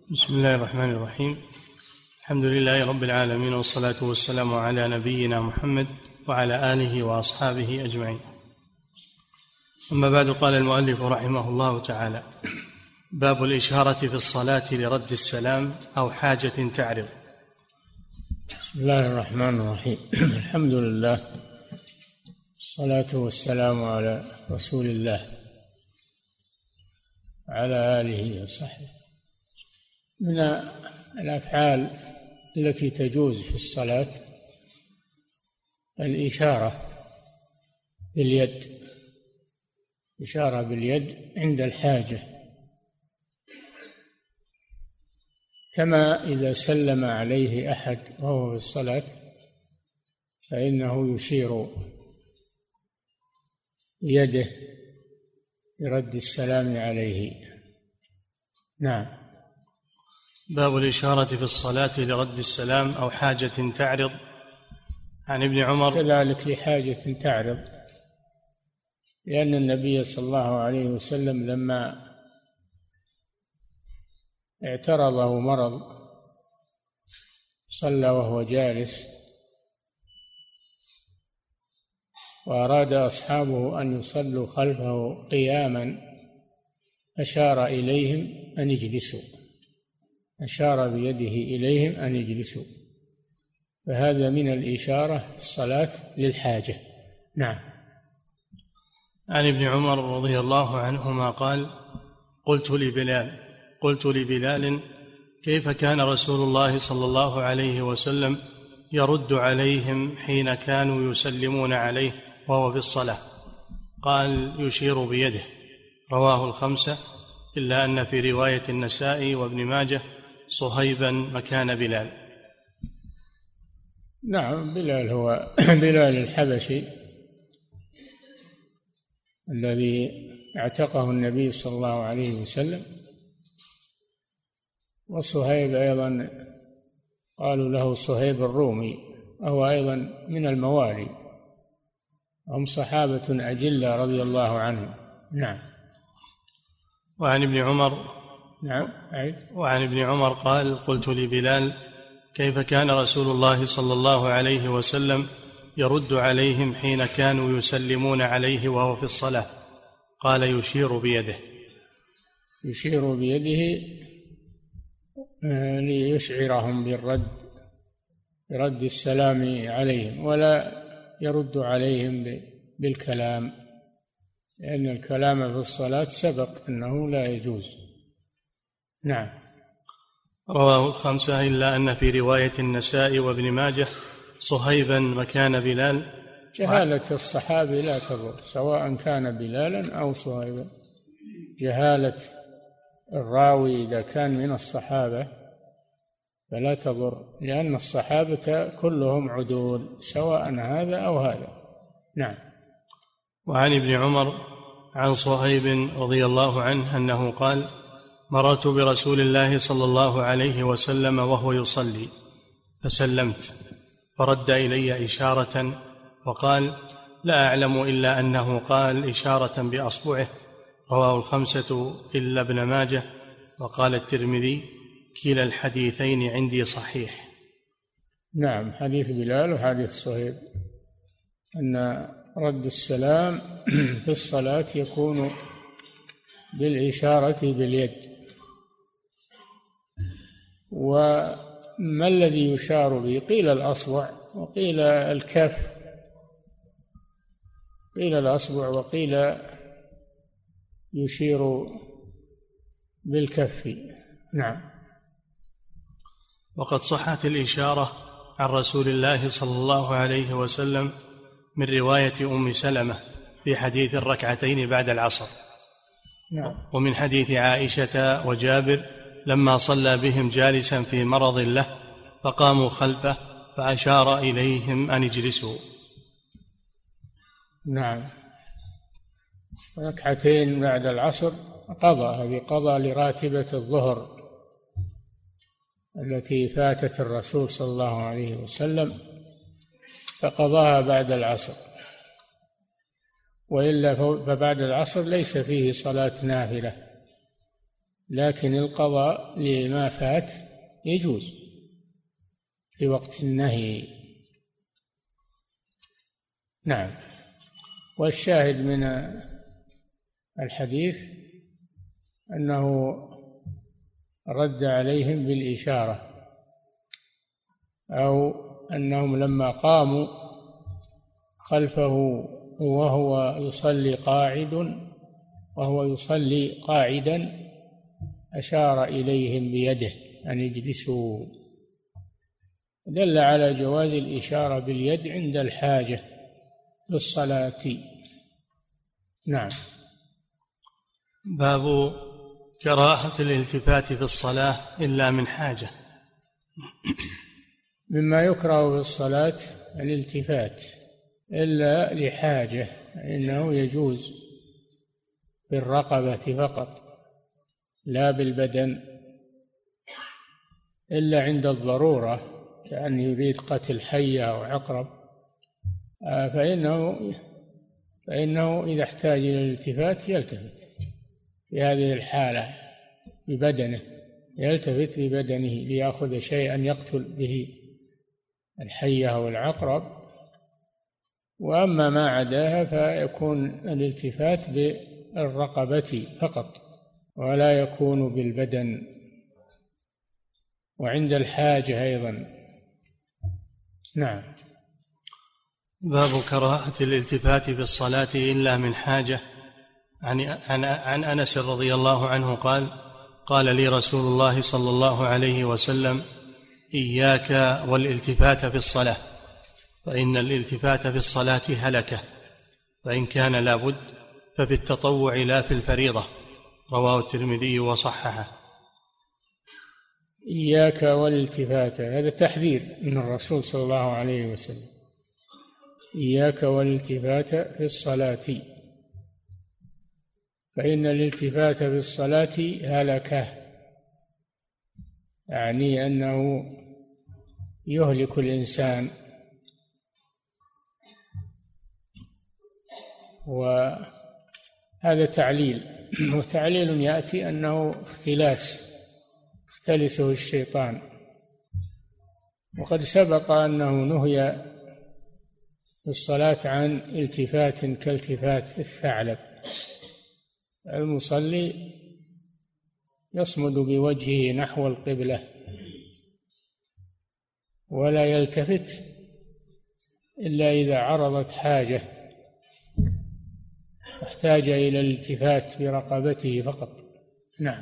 بسم الله الرحمن الرحيم. الحمد لله رب العالمين، والصلاة والسلام على نبينا محمد وعلى آله وأصحابه أجمعين. أما بعد، قال المؤلف رحمه الله تعالى: باب الإشارة في الصلاة لرد السلام أو حاجة تعرض. بسم الله الرحمن الرحيم. الحمد لله، الصلاة والسلام على رسول الله وعلى آله وصحبه. من الأفعال التي تجوز في الصلاة الإشارة باليد، إشارة باليد عند الحاجة، كما إذا سلم عليه أحد وهو في الصلاة فإنه يشير يده لرد السلام عليه. نعم. باب الإشارة في الصلاة لرد السلام أو حاجة تعرض. عن ابن عمر كذلك لحاجة تعرض، لأن النبي صلى الله عليه وسلم لما اعترضه مرض صلى وهو جالس، وأراد أصحابه أن يصلوا خلفه قياما، أشار إليهم أن يجلسوا، أشار بيده إليهم أن يجلسوا، فهذا من الإشارة الصلاة للحاجة. نعم. عن ابن عمر رضي الله عنهما قال: قلت لبلال كيف كان رسول الله صلى الله عليه وسلم يرد عليهم حين كانوا يسلمون عليه وهو في الصلاة؟ قال: يشير بيده. رواه الخمسة إلا أن في رواية النسائي وابن ماجه صهيبا مكان بلال. نعم، بلال هو بلال الحبشي الذي اعتقه النبي صلى الله عليه وسلم، وصهيب أيضا قالوا له صهيب الرومي، وهو أيضا من الموالي، هم صحابة أجلة رضي الله عنهم. نعم. وعن ابن عمر نعم. وعن ابن عمر قال: قلت لبلال كيف كان رسول الله صلى الله عليه وسلم يرد عليهم حين كانوا يسلمون عليه وهو في الصلاة؟ قال: يشير بيده. يشير بيده ليشعرهم برد السلام عليهم، ولا يرد عليهم بالكلام، لأن الكلام في الصلاة سبق أنه لا يجوز. نعم. رواه الخمسة إلا أن في رواية النسائي وابن ماجه صهيبا مكان بلال. جهالة الصحابي لا تضر، سواء كان بلالا أو صهيبا. جهالة الراوي إذا كان من الصحابة فلا تضر، لأن الصحابة كلهم عدول، سواء هذا أو هذا. نعم. وعن ابن عمر عن صهيب رضي الله عنه أنه قال: مررت برسول الله صلى الله عليه وسلم وهو يصلي فسلمت، فرد إلي إشارة وقال: لا أعلم إلا أنه قال إشارة بأصبعه. رواه الخمسة إلا ابن ماجه. وقال الترمذي: كلا الحديثين عندي صحيح. نعم، حديث بلال وحديث صهيب أن رد السلام في الصلاة يكون بالإشارة باليد. وما الذي يشار به؟ قيل الأصبع وقيل الكف، قيل الأصبع وقيل يشير بالكف. نعم. وقد صحت الإشارة عن رسول الله صلى الله عليه وسلم من رواية أم سلمة في حديث الركعتين بعد العصر. نعم. ومن حديث عائشة وجابر لما صلى بهم جالسا في مرض له فقاموا خلفه فأشار إليهم أن اجلسوا. نعم. ركعتين بعد العصر قضى، هذه قضى لراتبة الظهر التي فاتت الرسول صلى الله عليه وسلم، فقضاها بعد العصر، وإلا فبعد العصر ليس فيه صلاة نافلة، لكن القضاء لما فات يجوز في وقت النهي. نعم. والشاهد من الحديث أنه رد عليهم بالإشارة، أو أنهم لما قاموا خلفه وهو يصلي قاعدا أشار إليهم بيده أن يجلسوا، دل على جواز الإشارة باليد عند الحاجة للصلاة. نعم. باب كراهة الالتفات في الصلاة إلا من حاجة. مما يكره في الصلاة الالتفات إلا لحاجة، إنه يجوز بالرقبة فقط لا بالبدن، إلا عند الضرورة كأن يريد قتل حية أو عقرب، فإنه إذا احتاج إلى الالتفات يلتفت في هذه الحالة ببدنه، يلتفت ببدنه ليأخذ شيئا يقتل به الحية أو العقرب. وأما ما عداها فيكون الالتفات بالرقبة فقط ولا يكون بالبدن، وعند الحاجة أيضا. نعم. باب كراهة الالتفات في الصلاة إلا من حاجة. عن أنس رضي الله عنه قال: قال لي رسول الله صلى الله عليه وسلم: إياك والالتفات في الصلاة، فإن الالتفات في الصلاة هلكة، فإن كان لا بد ففي التطوع لا في الفريضة. رواه الترمذي وصححه. إياك والالتفات، هذا تحذير من الرسول صلى الله عليه وسلم. إياك والالتفات في الصلاة، فإن الالتفات في الصلاة هلكة، يعني أنه يهلك الإنسان. وهذا تعليل، وتعليل يأتي أنه اختلسه الشيطان. وقد سبق أنه نهي في الصلاة عن التفات كالتفات الثعلب. المصلي يصمد بوجهه نحو القبلة ولا يلتفت إلا إذا عرضت حاجة احتاج إلى الالتفات برقبته فقط. نعم.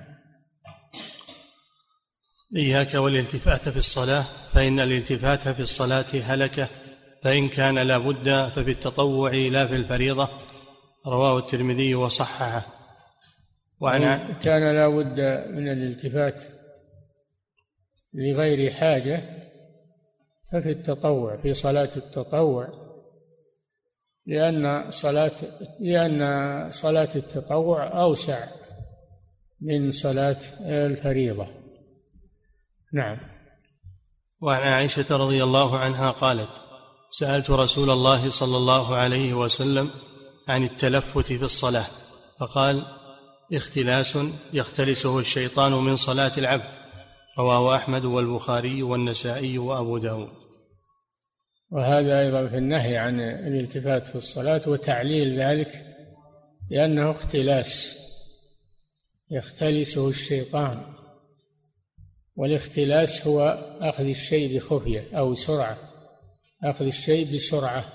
إياك والالتفات في الصلاة، فإن الالتفات في الصلاة هلكة، فإن كان لا بد ففي التطوع لا في الفريضة. رواه الترمذي وصححه. كان لا بد من الالتفات لغير حاجة ففي التطوع، في صلاة التطوع، لأن صلاة التطوع أوسع من صلاة الفريضة. نعم. وعن عائشة رضي الله عنها قالت: سألت رسول الله صلى الله عليه وسلم عن التلفت في الصلاة، فقال: اختلاس يختلسه الشيطان من صلاة العبد. رواه أحمد والبخاري والنسائي وأبو داود. وهذا أيضا في النهي عن الالتفات في الصلاة، وتعليل ذلك لأنه اختلاس يختلسه الشيطان. والاختلاس هو أخذ الشيء بخفية أو سرعة، أخذ الشيء بسرعة،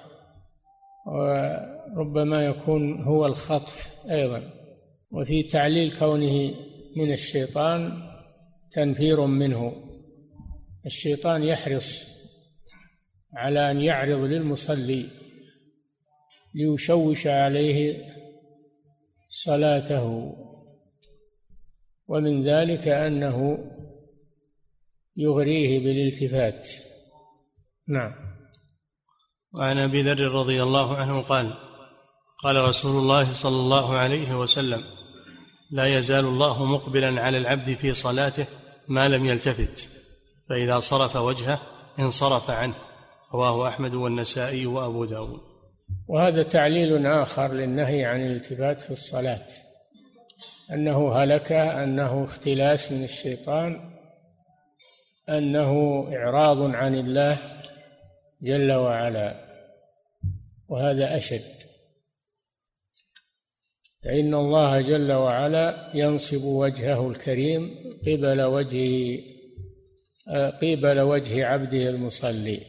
وربما يكون هو الخطف أيضا. وفي تعليل كونه من الشيطان تنفير منه. الشيطان يحرص على أن يعرض للمصلي ليشوش عليه صلاته، ومن ذلك أنه يغريه بالالتفات. نعم. وعن أبي ذر رضي الله عنه قال: قال رسول الله صلى الله عليه وسلم: لا يزال الله مقبلا على العبد في صلاته ما لم يلتفت، فإذا صرف وجهه انصرف عنه. رواه أحمد والنسائي وأبو داود. وهذا تعليل آخر للنهي عن الالتفات في الصلاة، أنه هلكة، أنه اختلاس من الشيطان، أنه إعراض عن الله جل وعلا، وهذا أشد. فإن الله جل وعلا ينصب وجهه الكريم قبل وجه عبده المصلي،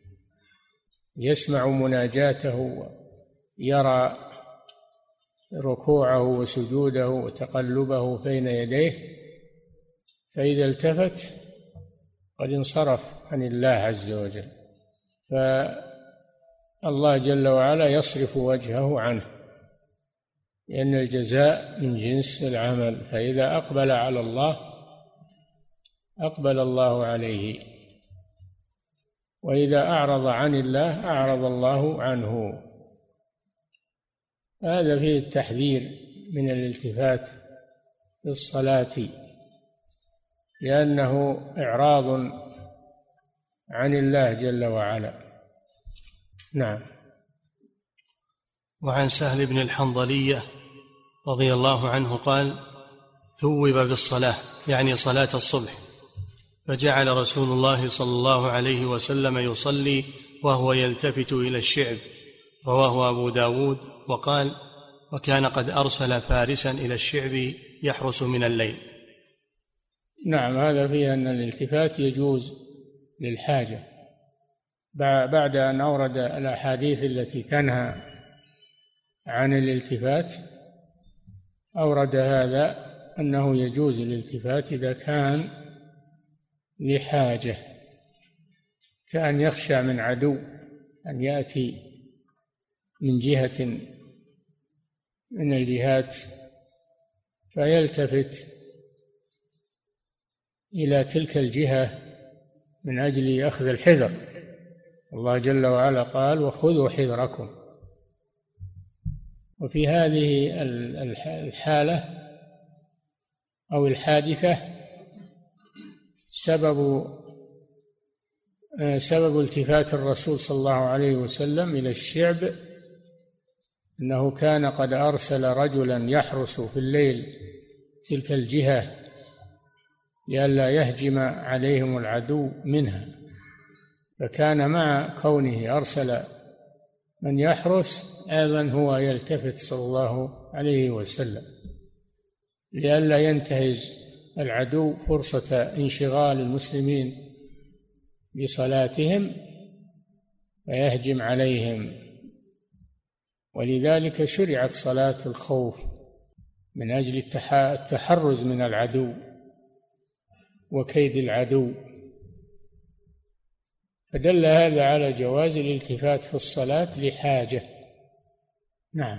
يسمع مناجاته، يرى ركوعه وسجوده وتقلبه بين يديه، فإذا التفت قد انصرف عن الله عز وجل، فالله جل وعلا يصرف وجهه عنه، لأن الجزاء من جنس العمل. فإذا أقبل على الله أقبل الله عليه، وإذا أعرض عن الله أعرض الله عنه. هذا فيه التحذير من الالتفات في الصلاة، لأنه إعراض عن الله جل وعلا. نعم. وعن سهل بن الحنظلية رضي الله عنه قال: ثوب بالصلاة، يعني صلاة الصبح، فجعل رسول الله صلى الله عليه وسلم يصلي وهو يلتفت إلى الشعب، رواه أبو داود، وقال: وكان قد أرسل فارسا إلى الشعب يحرس من الليل. نعم، هذا فيه أن الالتفات يجوز للحاجة، بعد أن أورد الأحاديث التي تنهى عن الالتفات أورد هذا أنه يجوز الالتفات إذا كان لحاجة، كأن يخشى من عدو أن يأتي من جهة من الجهات فيلتفت إلى تلك الجهة من أجل أخذ الحذر. الله جل وعلا قال: وخذوا حذركم. وفي هذه الحالة أو الحادثة سبب التفات الرسول صلى الله عليه وسلم إلى الشعب أنه كان قد أرسل رجلا يحرس في الليل تلك الجهة لئلا يهجم عليهم العدو منها، فكان مع كونه أرسل من يحرس أيضا هو يلتفت صلى الله عليه وسلم لئلا ينتهز العدو فرصة انشغال المسلمين بصلاتهم ويهجم عليهم. ولذلك شرعت صلاة الخوف من أجل التحرز من العدو وكيد العدو، فدل هذا على جواز الالتفات في الصلاة لحاجة. نعم.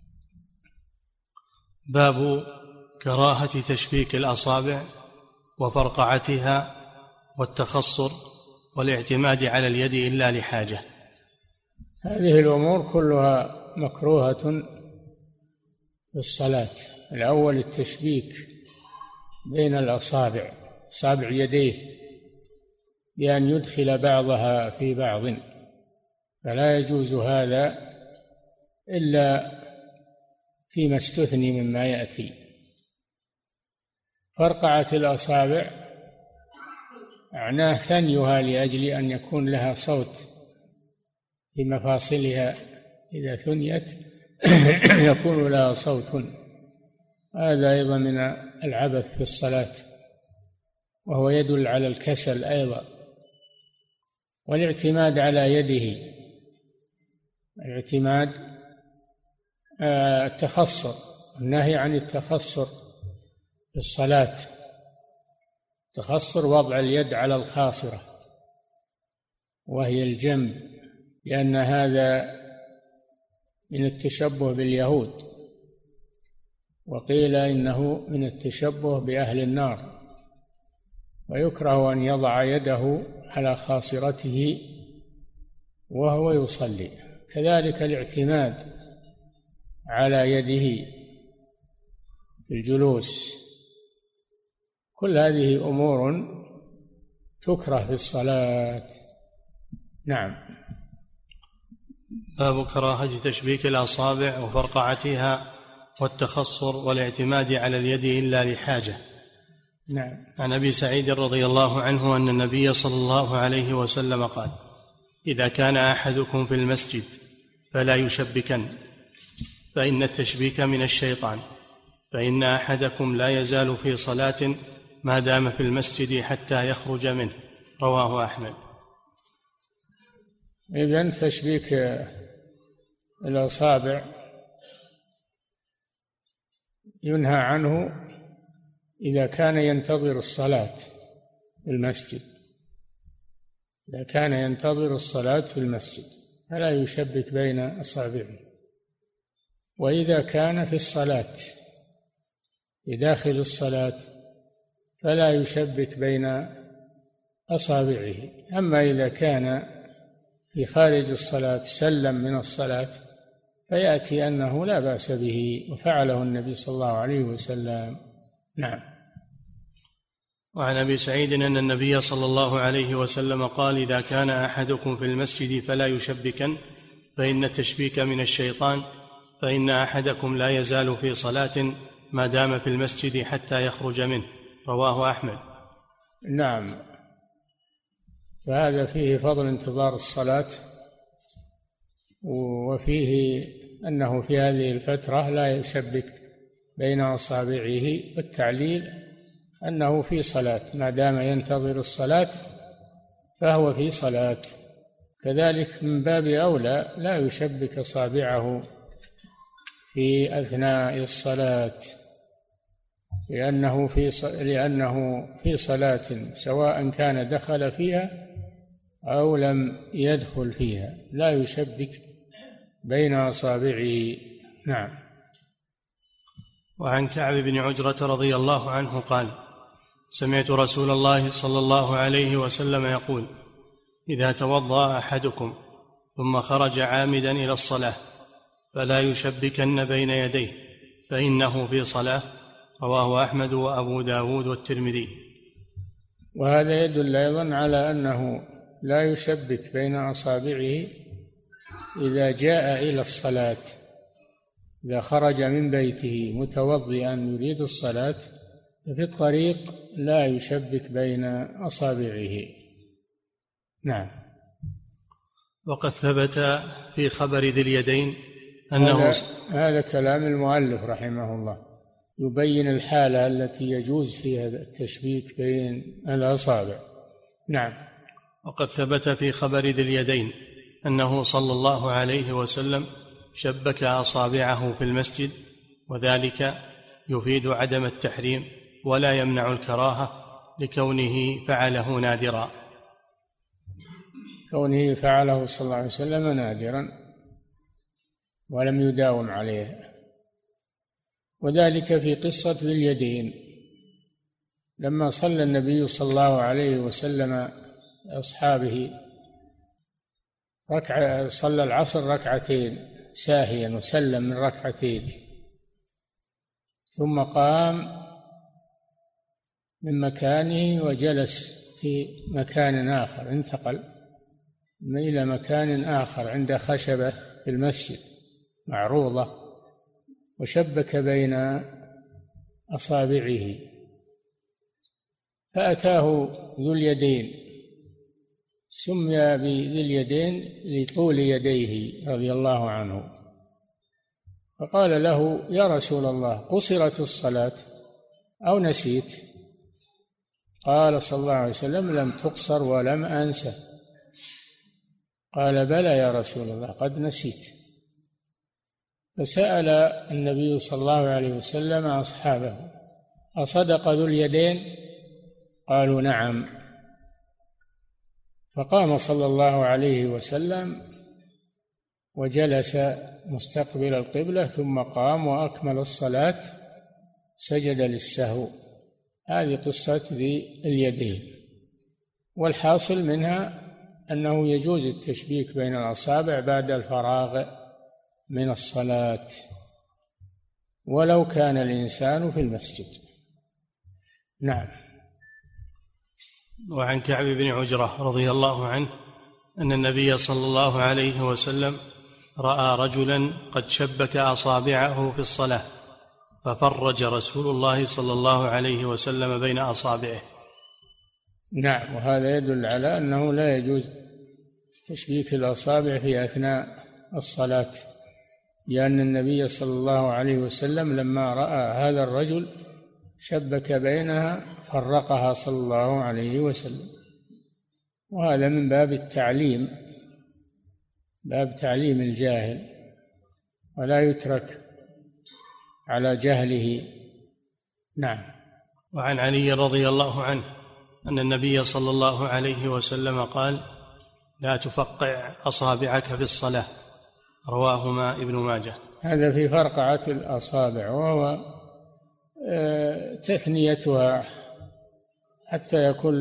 باب كراهة تشبيك الأصابع وفرقعتها والتخصر والاعتماد على اليد إلا لحاجة. هذه الأمور كلها مكروهة في الصلاة. الأول التشبيك بين الأصابع، أصابع يديه، بأن يدخل بعضها في بعض، فلا يجوز هذا إلا فيما استثني مما يأتي. فرقعة الأصابع معناه ثنيها لأجل أن يكون لها صوت في مفاصلها، إذا ثنيت يكون لها صوت، هذا أيضا من العبث في الصلاة، وهو يدل على الكسل أيضا. والاعتماد على يده، الاعتماد التخصر، النهي عن التخصر في الصلاة. التخصر وضع اليد على الخاصرة وهي الجنب، لأن هذا من التشبه باليهود، وقيل إنه من التشبه بأهل النار، ويكره أن يضع يده على خاصرته وهو يصلي. كذلك الاعتماد على يده في الجلوس، كل هذه أمور تكره في الصلاة. نعم. باب كراهة تشبيك الأصابع وفرقعتها والتخصر والاعتماد على اليد إلا لحاجة. نعم. عن أبي سعيد رضي الله عنه أن النبي صلى الله عليه وسلم قال: إذا كان أحدكم في المسجد فلا يشبكن، فإن التشبيك من الشيطان، فإن أحدكم لا يزال في صلاة ما دام في المسجد حتى يخرج منه. رواه أحمد. إذن تشبيك الأصابع ينهى عنه إذا كان ينتظر الصلاة في المسجد. إذا كان ينتظر الصلاة في المسجد فلا يشبك بين أصابعه. وإذا كان في الصلاة في داخل الصلاة فلا يشبك بين أصابعه. أما إذا كان في خارج الصلاة سلم من الصلاة فيأتي أنه لا بأس به، وفعله النبي صلى الله عليه وسلم. نعم. وعن أبي سعيد أن النبي صلى الله عليه وسلم قال: إذا كان أحدكم في المسجد فلا يشبكن، فإن التشبيك من الشيطان، فإن أحدكم لا يزال في صلاة ما دام في المسجد حتى يخرج منه. رواه أحمد. نعم. فهذا فيه فضل انتظار الصلاة، وفيه أنه في هذه الفترة لا يشبك بين أصابعه، والتعليل أنه في صلاة، ما دام ينتظر الصلاة فهو في صلاة. كذلك من باب أولى لا يشبك أصابعه في أثناء الصلاة، لأنه في صلاة، سواء كان دخل فيها أو لم يدخل فيها، لا يشبك بين أصابعه. نعم. وعن كعب بن عجرة رضي الله عنه قال: سمعت رسول الله صلى الله عليه وسلم يقول: إذا توضأ أحدكم ثم خرج عامدا إلى الصلاة فلا يشبكن بين يديه، فإنه في صلاة. رواه أحمد وأبو داود والترمذي. وهذا يدل أيضا على أنه لا يشبك بين أصابعه إذا جاء إلى الصلاة. إذا خرج من بيته متوضئا يريد الصلاة ففي الطريق لا يشبك بين أصابعه. نعم. وقد ثبت في خبر ذي اليدين أنه هذا كلام المؤلف رحمه الله، يبين الحالة التي يجوز فيها التشبيك بين الأصابع. نعم. وقد ثبت في خبر ذي اليدين أنه صلى الله عليه وسلم شبك أصابعه في المسجد، وذلك يفيد عدم التحريم ولا يمنع الكراهة، لكونه فعله نادرا. كونه فعله صلى الله عليه وسلم نادرا ولم يداوم عليه. وذلك في قصة ذي اليدين، لما صلى النبي صلى الله عليه وسلم أصحابه صلى العصر ركعتين ساهيا وسلم من ركعتين، ثم قام من مكانه وجلس في مكان آخر، انتقل إلى مكان آخر عند خشبة في المسجد معروضة، وشبك بين أصابعه، فأتاه ذو اليدين، سمي بذي اليدين لطول يديه رضي الله عنه، فقال له: يا رسول الله، قصرت الصلاة أو نسيت؟ قال صلى الله عليه وسلم: لم تقصر ولم أنسى. قال: بلى يا رسول الله، قد نسيت. فسأل النبي صلى الله عليه وسلم أصحابه: أصدق ذو اليدين؟ قالوا: نعم. فقام صلى الله عليه وسلم وجلس مستقبل القبلة، ثم قام وأكمل الصلاة، سجد للسهو. هذه قصة ذي اليدين. والحاصل منها أنه يجوز التشبيك بين الأصابع بعد الفراغ من الصلاة ولو كان الإنسان في المسجد. نعم. وعن كعب بن عجرة رضي الله عنه أن النبي صلى الله عليه وسلم رأى رجلا قد شبك أصابعه في الصلاة ففرج رسول الله صلى الله عليه وسلم بين أصابعه. نعم، وهذا يدل على أنه لا يجوز تشبيك الأصابع في أثناء الصلاة، لأن النبي صلى الله عليه وسلم لما رأى هذا الرجل شبك بينها فرقها صلى الله عليه وسلم، وهذا من باب التعليم، باب تعليم الجاهل، ولا يترك على جهله. نعم. وعن علي رضي الله عنه أن النبي صلى الله عليه وسلم قال: لا تفقع أصابعك في الصلاة، رواهما ابن ماجه. هذا في فرقعة الأصابع، وهو تثنيتها حتى يكون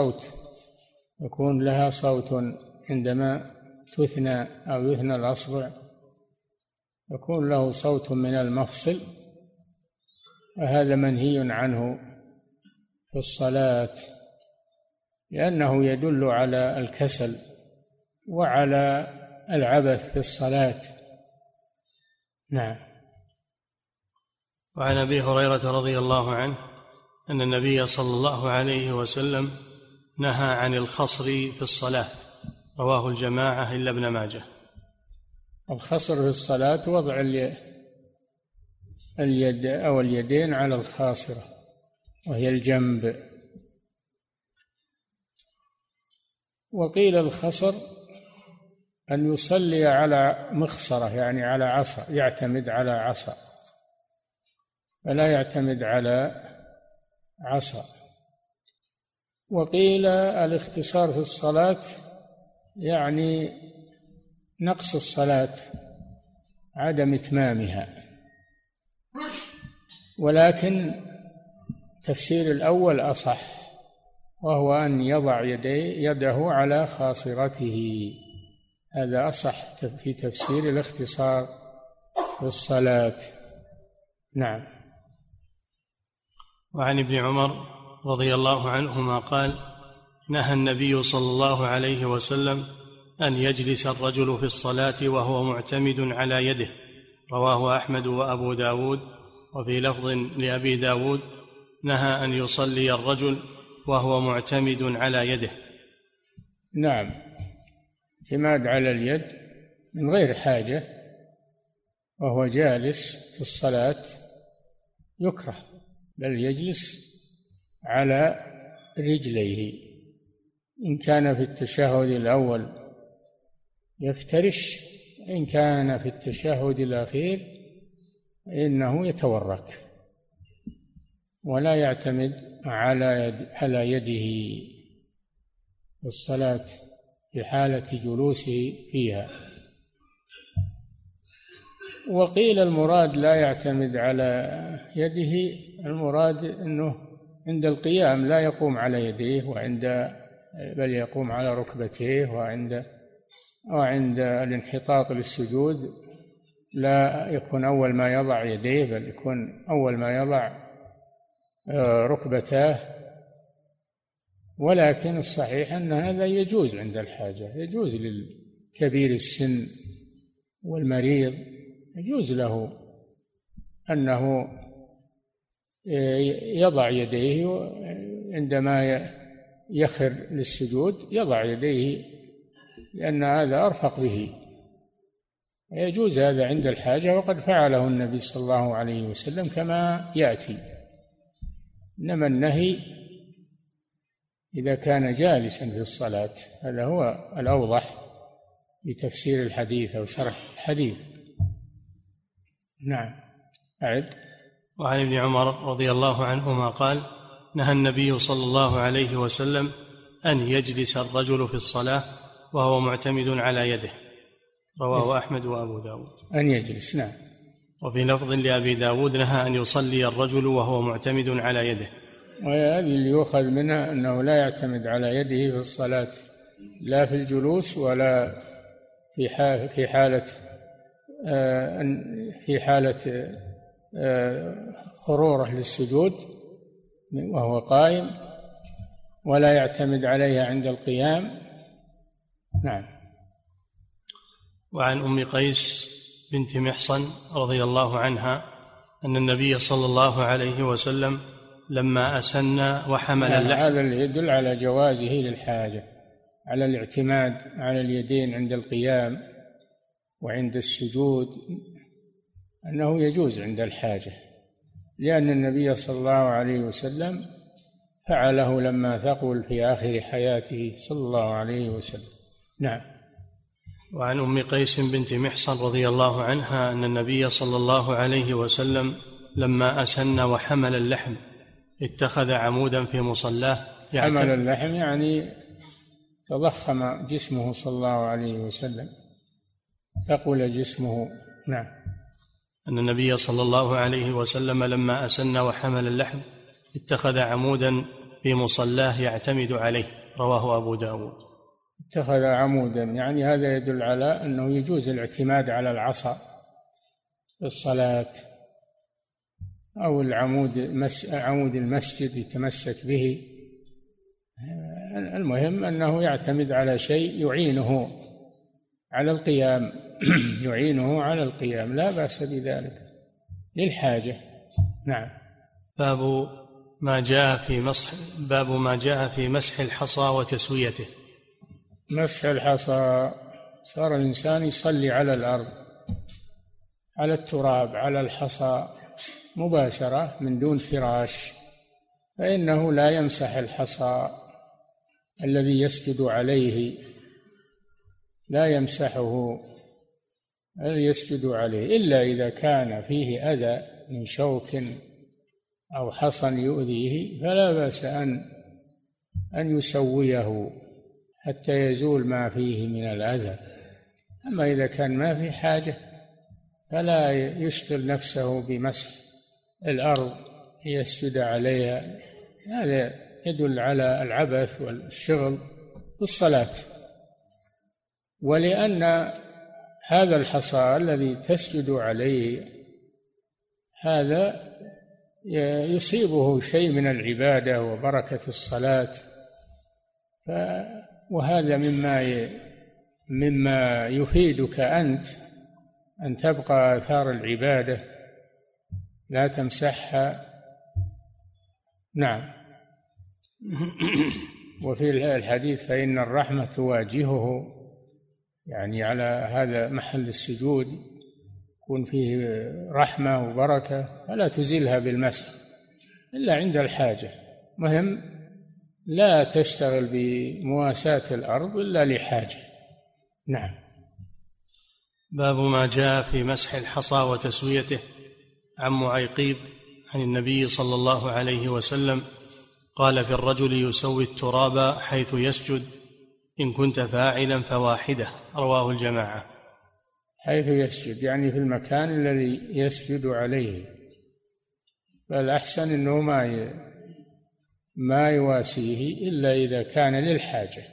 لها صوت عندما تثنى أو يثنى الأصبع، يكون له صوت من المفصل، وهذا منهي عنه في الصلاة، لأنه يدل على الكسل وعلى العبث في الصلاة. نعم. وعن أبي هريرة رضي الله عنه أن النبي صلى الله عليه وسلم نهى عن الخصر في الصلاة، رواه الجماعة إلا ابن ماجه. الخصر في الصلاة وضع اليد أو اليدين على الخاصرة، وهي الجنب. وقيل الخصر أن يصلي على مخصرة، يعني على عصا، يعتمد على عصا، فلا يعتمد على عصا. وقيل الاختصار في الصلاة يعني نقص الصلاة، عدم إتمامها، ولكن تفسير الأول أصح، وهو أن يضع يده على خاصرته، هذا أصح في تفسير الاختصار في الصلاة. نعم. وعن ابن عمر رضي الله عنهما قال: نهى النبي صلى الله عليه وسلم أن يجلس الرجل في الصلاة وهو معتمد على يده، رواه أحمد وأبو داود. وفي لفظ لأبي داود: نهى أن يصلي الرجل وهو معتمد على يده. نعم، اعتماد على اليد من غير حاجة وهو جالس في الصلاة يكره، بل يجلس على رجليه. إن كان في التشهد الأول يفترش، إن كان في التشهد الأخير إنه يتورك ولا يعتمد على يده في الصلاة في حالة جلوسه فيها. وقيل المراد لا يعتمد على يده، المراد أنه عند القيام لا يقوم على يديه، بل يقوم على ركبتيه، وعند الانحطاط للسجود لا يكون أول ما يضع يديه، بل يكون أول ما يضع ركبتاه. ولكن الصحيح أن هذا يجوز عند الحاجة، يجوز للكبير السن والمريض، يجوز له أنه يضع يديه عندما يخر للسجود، يضع يديه لأن هذا أرفق به، يجوز هذا عند الحاجة، وقد فعله النبي صلى الله عليه وسلم كما يأتي. إنما النهي إذا كان جالسا في الصلاة، هذا هو الأوضح لتفسير الحديث أو شرح الحديث. نعم. أعد. وعن ابن عمر رضي الله عنهما قال: نهى النبي صلى الله عليه وسلم أن يجلس الرجل في الصلاة وهو معتمد على يده، رواه أحمد وأبو داود. أن يجلس. نعم. وفي لفظ لأبي داود: نهى أن يصلي الرجل وهو معتمد على يده. وهذه اللي يؤخذ منها أنه لا يعتمد على يده في الصلاة، لا في الجلوس ولا في حالة خروره للسجود وهو قائم، ولا يعتمد عليها عند القيام. نعم. وعن أم قيس بنت محصن رضي الله عنها أن النبي صلى الله عليه وسلم لما أسن وحمل اللحم. هذا يدل على جوازه للحاجة، على الاعتماد على اليدين عند القيام وعند السجود، أنه يجوز عند الحاجة، لأن النبي صلى الله عليه وسلم فعله لما ثقل في آخر حياته صلى الله عليه وسلم. نعم. وعن أم قيس بنت محصن رضي الله عنها أن النبي صلى الله عليه وسلم لما أسن وحمل اللحم اتخذ عمودا في مصلاه. حمل اللحم يعني تضخم جسمه صلى الله عليه وسلم، ثقل جسمه. نعم. أن النبي صلى الله عليه وسلم لما أسن وحمل اللحم اتخذ عمودا في مصلاه يعتمد عليه. رواه أبو داود. اتخذ عمودا يعني هذا يدل على أنه يجوز الاعتماد على العصا في الصلاة، أو عمود المسجد يتمسك به. المهم أنه يعتمد على شيء يعينه على القيام يعينه على القيام، لا بأس بذلك للحاجة. نعم. باب ما جاء في مسح الحصى وتسويته. مسح الحصى، صار الإنسان يصلي على الأرض، على التراب، على الحصى مباشرة من دون فراش، فإنه لا يمسح الحصى الذي يسجد عليه، لا يمسحه الذي يسجد عليه إلا إذا كان فيه أذى من شوك أو حصى يؤذيه، فلا بأس أن يسويه حتى يزول ما فيه من الأذى. أما إذا كان ما في حاجة فلا يشغل نفسه بمسح الأرض ليسجد عليها، هذا يدل على العبث والشغل بالصلاة. ولأن هذا الحصى الذي تسجد عليه هذا يصيبه شيء من العبادة وبركة الصلاة، وهذا مما يفيدك أنت أن تبقى آثار العبادة لا تمسحها. نعم. وفي الحديث فإن الرحمة تواجهه، يعني على هذا محل السجود يكون فيه رحمة وبركة، فلا تزيلها بالمسح إلا عند الحاجة. مهم لا تشتغل بمواساة الأرض إلا لحاجة. نعم. باب ما جاء في مسح الحصى وتسويته. عن معيقيب عن النبي صلى الله عليه وسلم قال في الرجل يسوي التراب حيث يسجد إن كنت فاعلا فواحدة. رواه الجماعة. حيث يسجد يعني في المكان الذي يسجد عليه، فالأحسن أنه ما يواسيه إلا إذا كان للحاجة،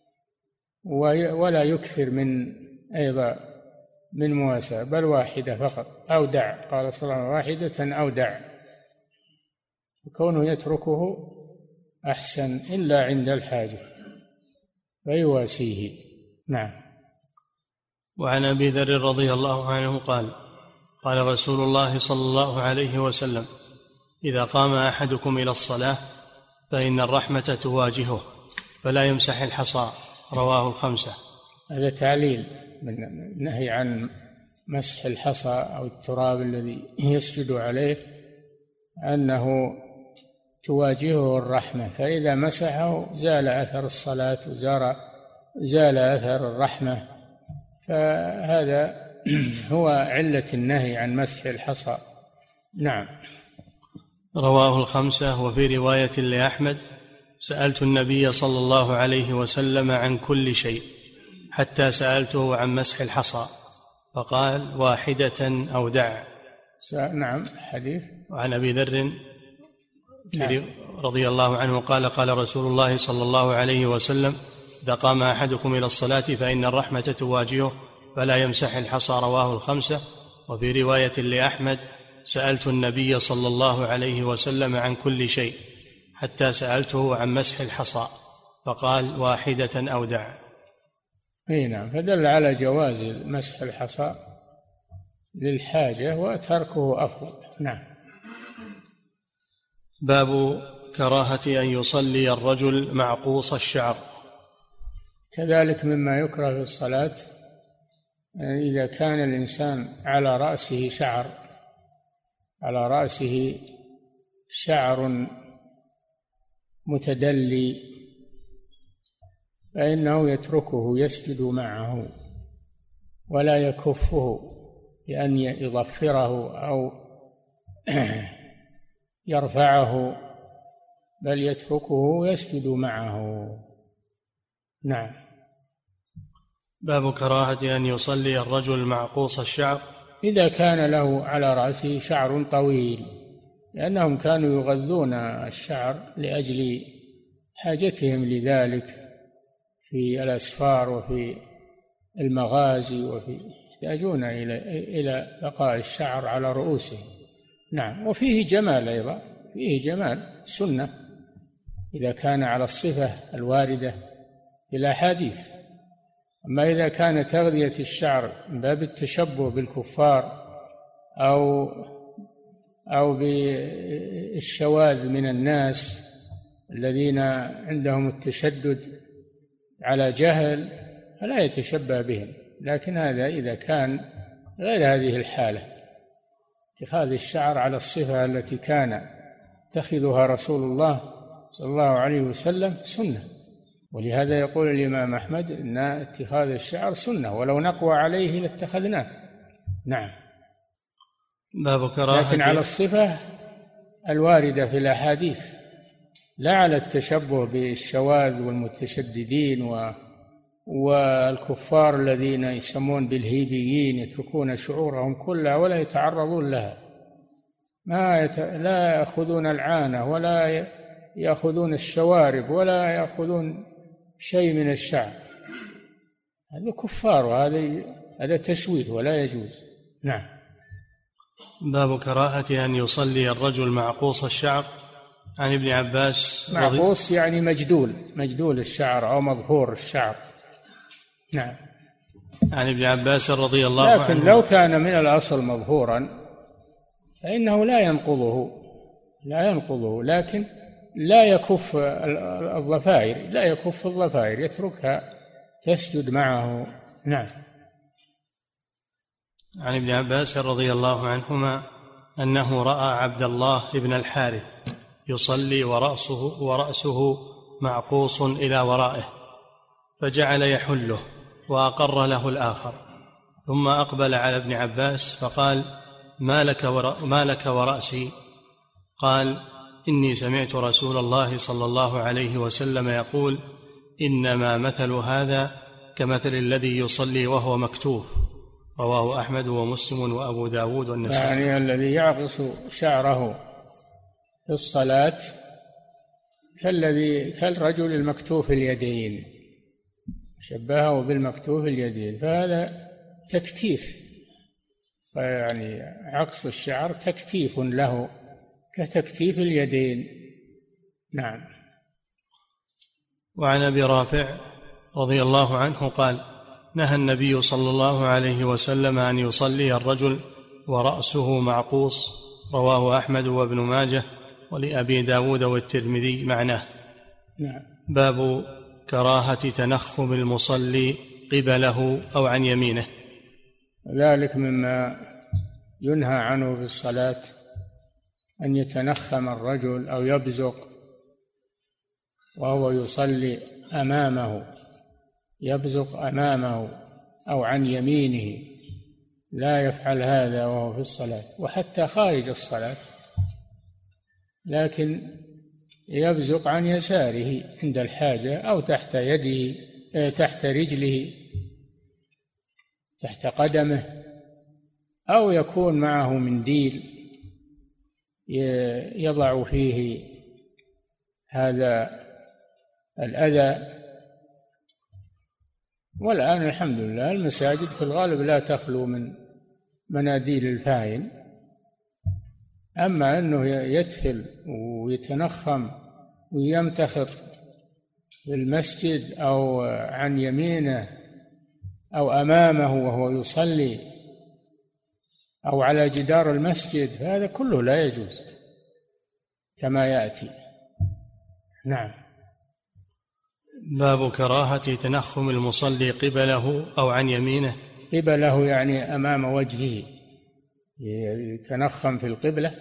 ولا يكثر أيضا من مواساة، بل واحدة فقط أو دع. قال صلى الله عليه وسلم واحدة أو دع، وكونه يتركه أحسن إلا عند الحاجة فيواسيه. نعم. وعن أبي ذر رضي الله عنه قال قال رسول الله صلى الله عليه وسلم إذا قام أحدكم إلى الصلاة فإن الرحمة تواجهه فلا يمسح الحصى. رواه الخمسة. هذا تعليل من النهي عن مسح الحصى أو التراب الذي يسجد عليه، أنه تواجهه الرحمة، فإذا مسحه زال أثر الصلاة وزال أثر الرحمة، فهذا هو علة النهي عن مسح الحصى. نعم. رواه الخمسة. وفي رواية لأحمد سألت النبي صلى الله عليه وسلم عن كل شيء حتى سألته عن مسح الحصى فقال واحدة أو دع. نعم. حديث. وعن أبي ذر رضي الله عنه قال قال رسول الله صلى الله عليه وسلم إذا قام أحدكم إلى الصلاة فإن الرحمة تواجهه فلا يمسح الحصى. رواه الخمسة. وفي رواية لأحمد سألت النبي صلى الله عليه وسلم عن كل شيء حتى سألته عن مسح الحصى فقال واحدة أو دع. نعم. فدل على جواز مسح الحصى للحاجة وتركه أفضل. نعم. باب كراهة أن يصلي الرجل معقوص الشعر. كذلك مما يكره في الصلاة إذا كان الإنسان على رأسه شعر متدلي فإنه يتركه يسجد معه ولا يكفه بأن يضفره أو يرفعه، بل يتركه يسجد معه. نعم. باب كراهة أن يصلي الرجل معقوص الشعر إذا كان له على رأسه شعر طويل، لأنهم كانوا يغذون الشعر لأجل حاجتهم لذلك في الأسفار وفي المغازي، يحتاجون إلى بقاء الشعر على رؤوسهم. نعم. وفيه جمال أيضا، فيه جمال سنة إذا كان على الصفة الواردة في الأحاديث. أما إذا كان تغذية الشعر من باب التشبه بالكفار أو بالشواذ من الناس الذين عندهم التشدد على جهل فلا يتشبه بهم. لكن هذا إذا كان غير هذه الحالة، اتخاذ الشعر على الصفة التي كان يتخذها رسول الله صلى الله عليه وسلم سنة. ولهذا يقول الإمام أحمد إن اتخاذ الشعر سنة ولو نقوى عليه لاتخذناه. نعم. باب كراهة، لكن على الصفة الواردة في الأحاديث، لا على التشبه بالشواذ والمتشددين والكفار الذين يسمون بالهيبيين، يتركون شعورهم كلها ولا يتعرضون لها، لا يأخذون العانة ولا يأخذون الشوارب ولا يأخذون شيء من الشعر. هذا كفار، وهذا تشويه ولا يجوز. نعم. باب كراهة أن يصلي الرجل معقوص الشعر. عن ابن عباس. معقوص يعني مجدول الشعر أو مظهور الشعر. نعم. عن ابن عباس رضي الله عنه. لكن لو كان من الأصل مظهورا فإنه لا ينقضه، لكن لا يكف الضفائر، يتركها تسجد معه. نعم. عن ابن عباس رضي الله عنهما أنه رأى عبد الله بن الحارث يصلي ورأسه معقوص إلى ورائه، فجعل يحله وأقر له الآخر، ثم أقبل على ابن عباس فقال: ما لك ورأسي؟ قال: إني سمعت رسول الله صلى الله عليه وسلم يقول: إنما مثل هذا كمثل الذي يصلي وهو مكتوف. رواه أحمد ومسلم وأبو داود والنسائي. يعني الذي يعقص شعره في الصلاة كالرجل المكتوف اليدين، شبهه بالمكتوف اليدين، فهذا تكتيف، يعني عقص الشعر تكتيف له كتكتيف اليدين. نعم. وعن أبي رافع رضي الله عنه قال: نهى النبي صلى الله عليه وسلم أن يصلي الرجل ورأسه معقوص. رواه أحمد وابن ماجه ولأبي داود والترمذي معناه. نعم. باب كراهة تنخم المصلي قبله أو عن يمينه. ذلك مما ينهى عنه في الصلاة، أن يتنخم الرجل أو يبزق وهو يصلي يبزق أمامه أو عن يمينه، لا يفعل هذا وهو في الصلاة وحتى خارج الصلاة، لكن يبزق عن يساره عند الحاجة أو تحت يده، تحت رجله، تحت قدمه، أو يكون معه منديل يضع فيه هذا الأذى. والآن الحمد لله المساجد في الغالب لا تخلو من مناديل الفاين، أما أنه يتفل ويتنخم ويمتخط في المسجد أو عن يمينه أو أمامه وهو يصلي، أو على جدار المسجد، هذا كله لا يجوز كما يأتي. نعم. باب كراهة تنخم المصلي قبله أو عن يمينه. قبله يعني أمام وجهه، يتنخم في القبلة،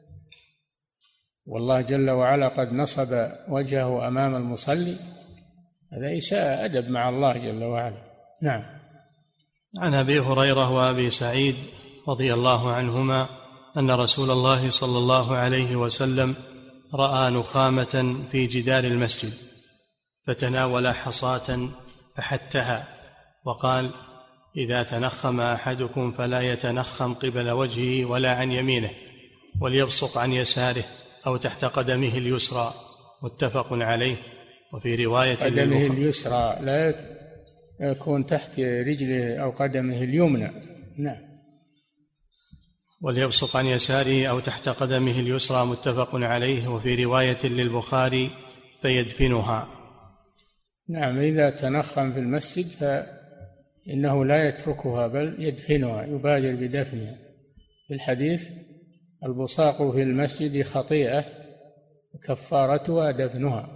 والله جل وعلا قد نصب وجهه أمام المصلي، هذا إساءة أدب مع الله جل وعلا. نعم. عن أبي هريرة وأبي سعيد رضي الله عنهما أن رسول الله صلى الله عليه وسلم رأى نخامة في جدار المسجد فتناول حصاة فحتها وقال: إذا تنخم أحدكم فلا يتنخم قبل وجهه ولا عن يمينه، وليبصق عن يساره أو تحت قدمه اليسرى. متفق عليه. وفي رواية قدمه اليسرى لا يكون تحت رجله أو قدمه اليمنى. نعم. وليبصق عن يساره أو تحت قدمه اليسرى. متفق عليه. وفي رواية للبخاري: فيدفنها. نعم. إذا تنخم في المسجد فإنه لا يتركها بل يدفنها، يبادر بدفنها. في الحديث: البصاق في المسجد خطيئة كفارتها دفنها.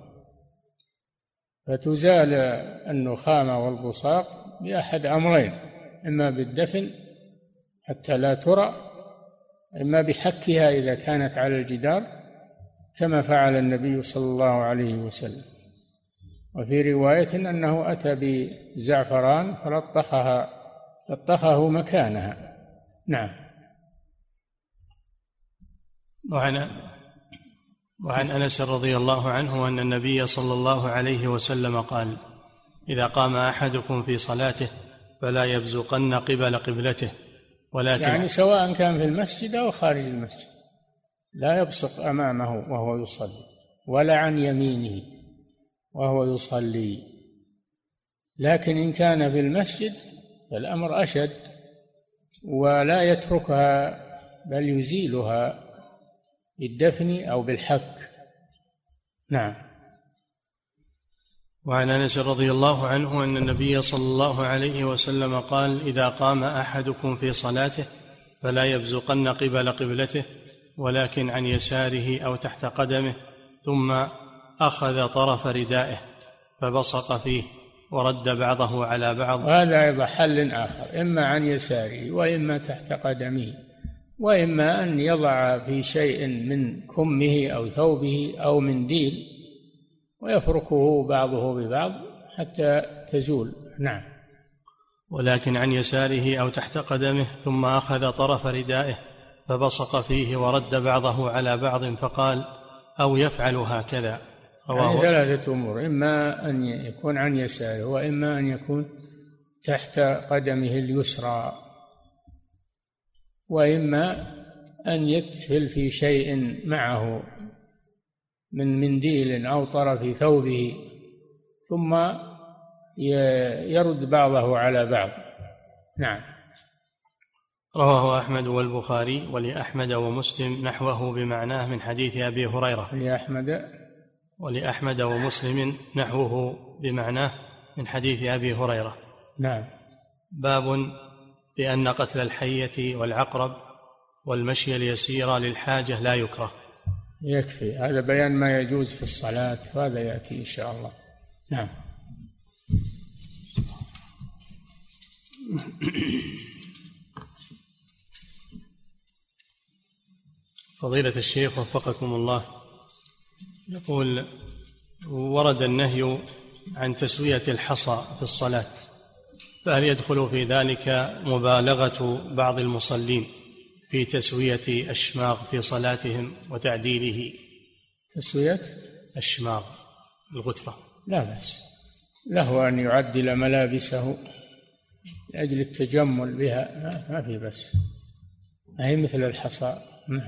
فتزال النخامة والبصاق بأحد أمرين: إما بالدفن حتى لا ترى، إما بحكها إذا كانت على الجدار كما فعل النبي صلى الله عليه وسلم. وفي رواية أنه أتى بزعفران فلطخه مكانها. نعم. وعن أنس رضي الله عنه أن النبي صلى الله عليه وسلم قال: إذا قام أحدكم في صلاته فلا يبزقن قبل قبلته، ولكن يعني سواء كان في المسجد أو خارج المسجد لا يبصق أمامه وهو يصلي، ولا عن يمينه وهو يصلي. لكن إن كان في المسجد فالأمر أشد، ولا يتركها بل يزيلها بالدفن أو بالحك. نعم. وعن أنس رضي الله عنه أن النبي صلى الله عليه وسلم قال: إذا قام أحدكم في صلاته فلا يبزقن قبل قبلته، ولكن عن يساره أو تحت قدمه، ثم أخذ طرف ردائه فبصق فيه ورد بعضه على بعض. وهذا أيضا حل آخر: إما عن يساره وإما تحت قدمه، وإما أن يضع في شيء من كمه أو ثوبه أو منديل ويفركه بعضه ببعض حتى تزول. نعم. ولكن عن يساره أو تحت قدمه، ثم أخذ طرف ردائه فبصق فيه ورد بعضه على بعض، فقال: أو يفعل هكذا. يعني ثلاثة أمور: إما أن يكون عن يساره، وإما أن يكون تحت قدمه اليسرى، وإما أن يتفل في شيء معه من منديل أو طرف ثوبه ثم يرد بعضه على بعض. نعم. رواه أحمد والبخاري ولأحمد ومسلم نحوه بمعناه من حديث أبي هريرة. ولأحمد ومسلم نحوه بمعناه من حديث أبي هريرة. نعم. باب بأن قتل الحية والعقرب والمشي اليسير للحاجة لا يكره. يكفي هذا بيان ما يجوز في الصلاة، وهذا يأتي إن شاء الله. نعم. فضيلة الشيخ وفقكم الله، يقول: ورد النهي عن تسوية الحصى في الصلاة، فهل يدخل في ذلك مبالغة بعض المصلين في تسوية الشماغ في صلاتهم وتعديله؟ تسوية الشماغ، الغترة. لا بأس له أن يعدل ملابسه لأجل التجمل بها، ما في بس، ما هي مثل الحصى.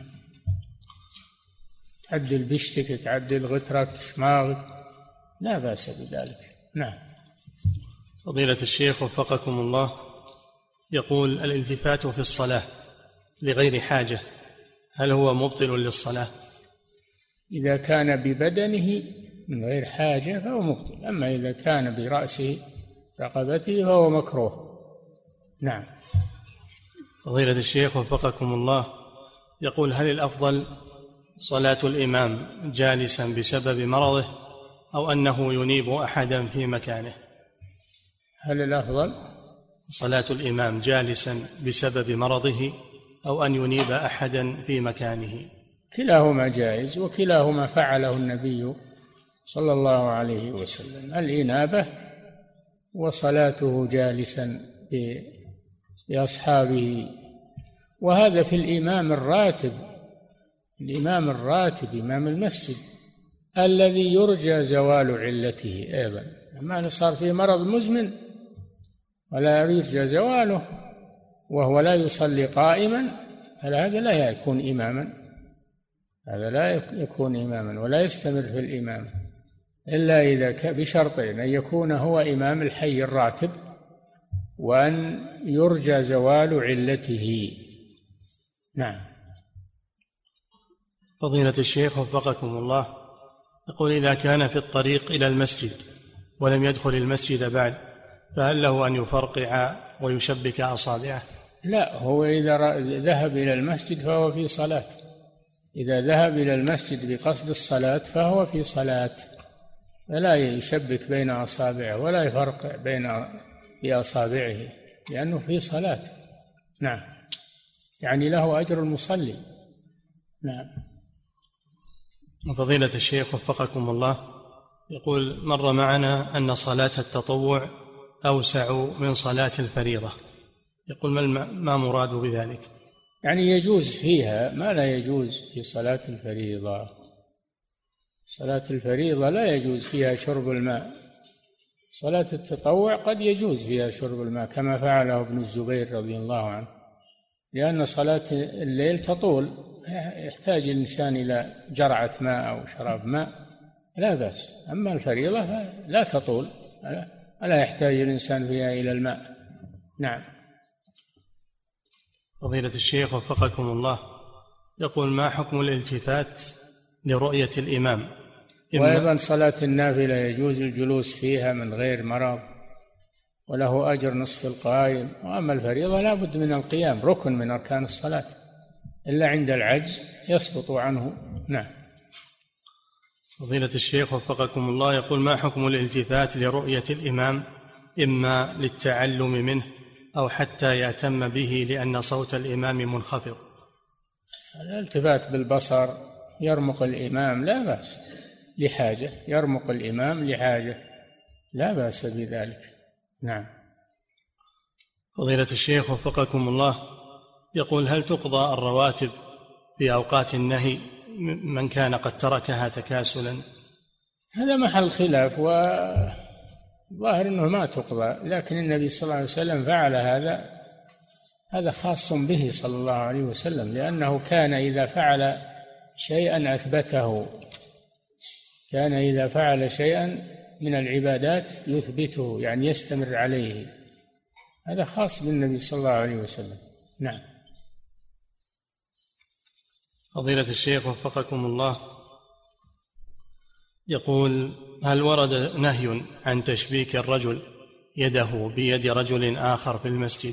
تعدل بشتك، تعدل غترك، شماغك، لا بأس بذلك. نعم. فضيلة الشيخ وفقكم الله، يقول: الالتفات في الصلاة لغير حاجة هل هو مبطل للصلاة؟ إذا كان ببدنه من غير حاجة فهو مبطل، أما إذا كان برأسه رقبته فهو مكروه. نعم. فضيلة الشيخ وفقكم الله، يقول: هل الأفضل صلاة الإمام جالسا بسبب مرضه أو أنه ينيب أحدا في مكانه؟ هل الأفضل صلاة الإمام جالسا بسبب مرضه أو أن ينيب أحدا في مكانه؟ كلاهما جائز، وكلاهما فعله النبي صلى الله عليه وسلم، الإنابة وصلاته جالسا بأصحابه. وهذا في الإمام الراتب، الإمام الراتب إمام المسجد الذي يرجى زوال علته أيضا. أما صار فيه مرض مزمن ولا يرجى زواله وهو لا يصلي قائما، هذا لا يكون إماما، هذا لا يكون إماما ولا يستمر في الإمام إلا إذا بشرطين: أن يكون هو إمام الحي الراتب، وأن يرجى زوال علته. نعم. فضيلة الشيخ وفقكم الله، يقول: إذا كان في الطريق إلى المسجد ولم يدخل المسجد بعد، فهل له أن يفرقع ويشبك أصابعه؟ لا، هو إذا ذهب إلى المسجد فهو في صلاة، إذا ذهب إلى المسجد بقصد الصلاة فهو في صلاة، فلا يشبك بين أصابعه ولا يفرقع بأصابعه لأنه في صلاة. نعم، يعني له أجر المصلي. نعم. فضيلة الشيخ وفقكم الله، يقول: مر معنا أن صلاة التطوع أوسع من صلاة الفريضة، يقول: ما مراد بذلك؟ يعني يجوز فيها ما لا يجوز في صلاة الفريضة. صلاة الفريضة لا يجوز فيها شرب الماء، صلاة التطوع قد يجوز فيها شرب الماء كما فعله ابن الزبير رضي الله عنه، لأن صلاة الليل تطول، يحتاج الإنسان إلى جرعة ماء أو شراب ماء، لا بأس. أما الفريضة لا تطول، لا يحتاج الإنسان فيها إلى الماء. نعم. فضيلة الشيخ وفقكم الله، يقول: ما حكم الالتفات لرؤية الإمام؟ وأيضا صلاة النافلة يجوز الجلوس فيها من غير مرض وله أجر نصف القائم، وأما الفريضة لا بد من القيام، ركن من أركان الصلاة، إلا عند العجز يسقط عنه. نعم. فضيلة الشيخ وفقكم الله، يقول: ما حكم الالتفات لرؤية الإمام إما للتعلم منه أو حتى يأتم به لأن صوت الإمام منخفض؟ الالتفات بالبصر يرمق الإمام لا بأس لحاجة، يرمق الإمام لحاجة لا بأس بذلك. نعم. فضيلة الشيخ وفقكم الله، يقول: هل تقضى الرواتب في أوقات النهي من كان قد تركها تكاسلا؟ هذا محل خلاف، وظاهر أنه ما تقضى، لكن النبي صلى الله عليه وسلم فعل هذا خاص به صلى الله عليه وسلم، لأنه كان إذا فعل شيئا أثبته، كان إذا فعل شيئا من العبادات يثبته، يعني يستمر عليه، هذا خاص بالنبي صلى الله عليه وسلم. نعم. فضيلة الشيخ وفقكم الله، يقول: هل ورد نهي عن تشبيك الرجل يده بيد رجل آخر في المسجد؟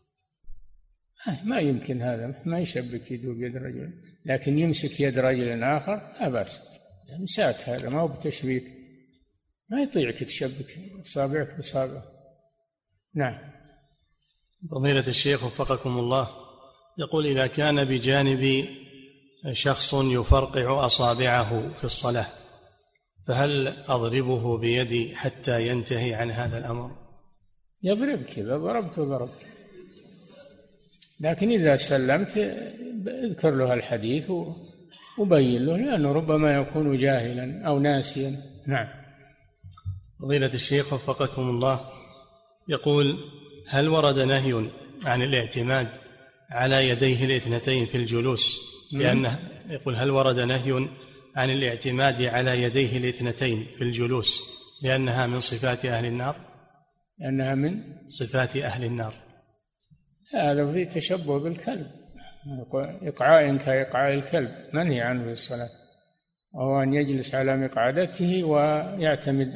ما يمكن، هذا ما يشبك يده بيد رجل، لكن يمسك يد رجل آخر لا بأس، امساك، هذا ما هو بتشبيك، ما يطيعك تشبك أصابعك بأصابعه. نعم. فضيلة الشيخ وفقكم الله، يقول: إذا كان بجانبي شخص يفرقع أصابعه في الصلاة، فهل أضربه بيدي حتى ينتهي عن هذا الأمر؟ يضربك، إذا ضربت، لكن إذا سلمت اذكر له الحديث وبين له، لأنه ربما يكون جاهلا أو ناسيا. نعم. فضيلة الشيخ وفقكم الله، يقول: هل ورد نهي عن الاعتماد على يديه الاثنتين في الجلوس؟ لأنه يقول: هل ورد نهي عن الاعتماد على يديه الاثنتين في الجلوس لأنها من صفات أهل النار؟ لأنها من صفات أهل النار. هذا في تشبه بالكلب، إقعاء كإقعاء الكلب منهي عنه في الصلاة، وهو أن يجلس على مقعدته ويعتمد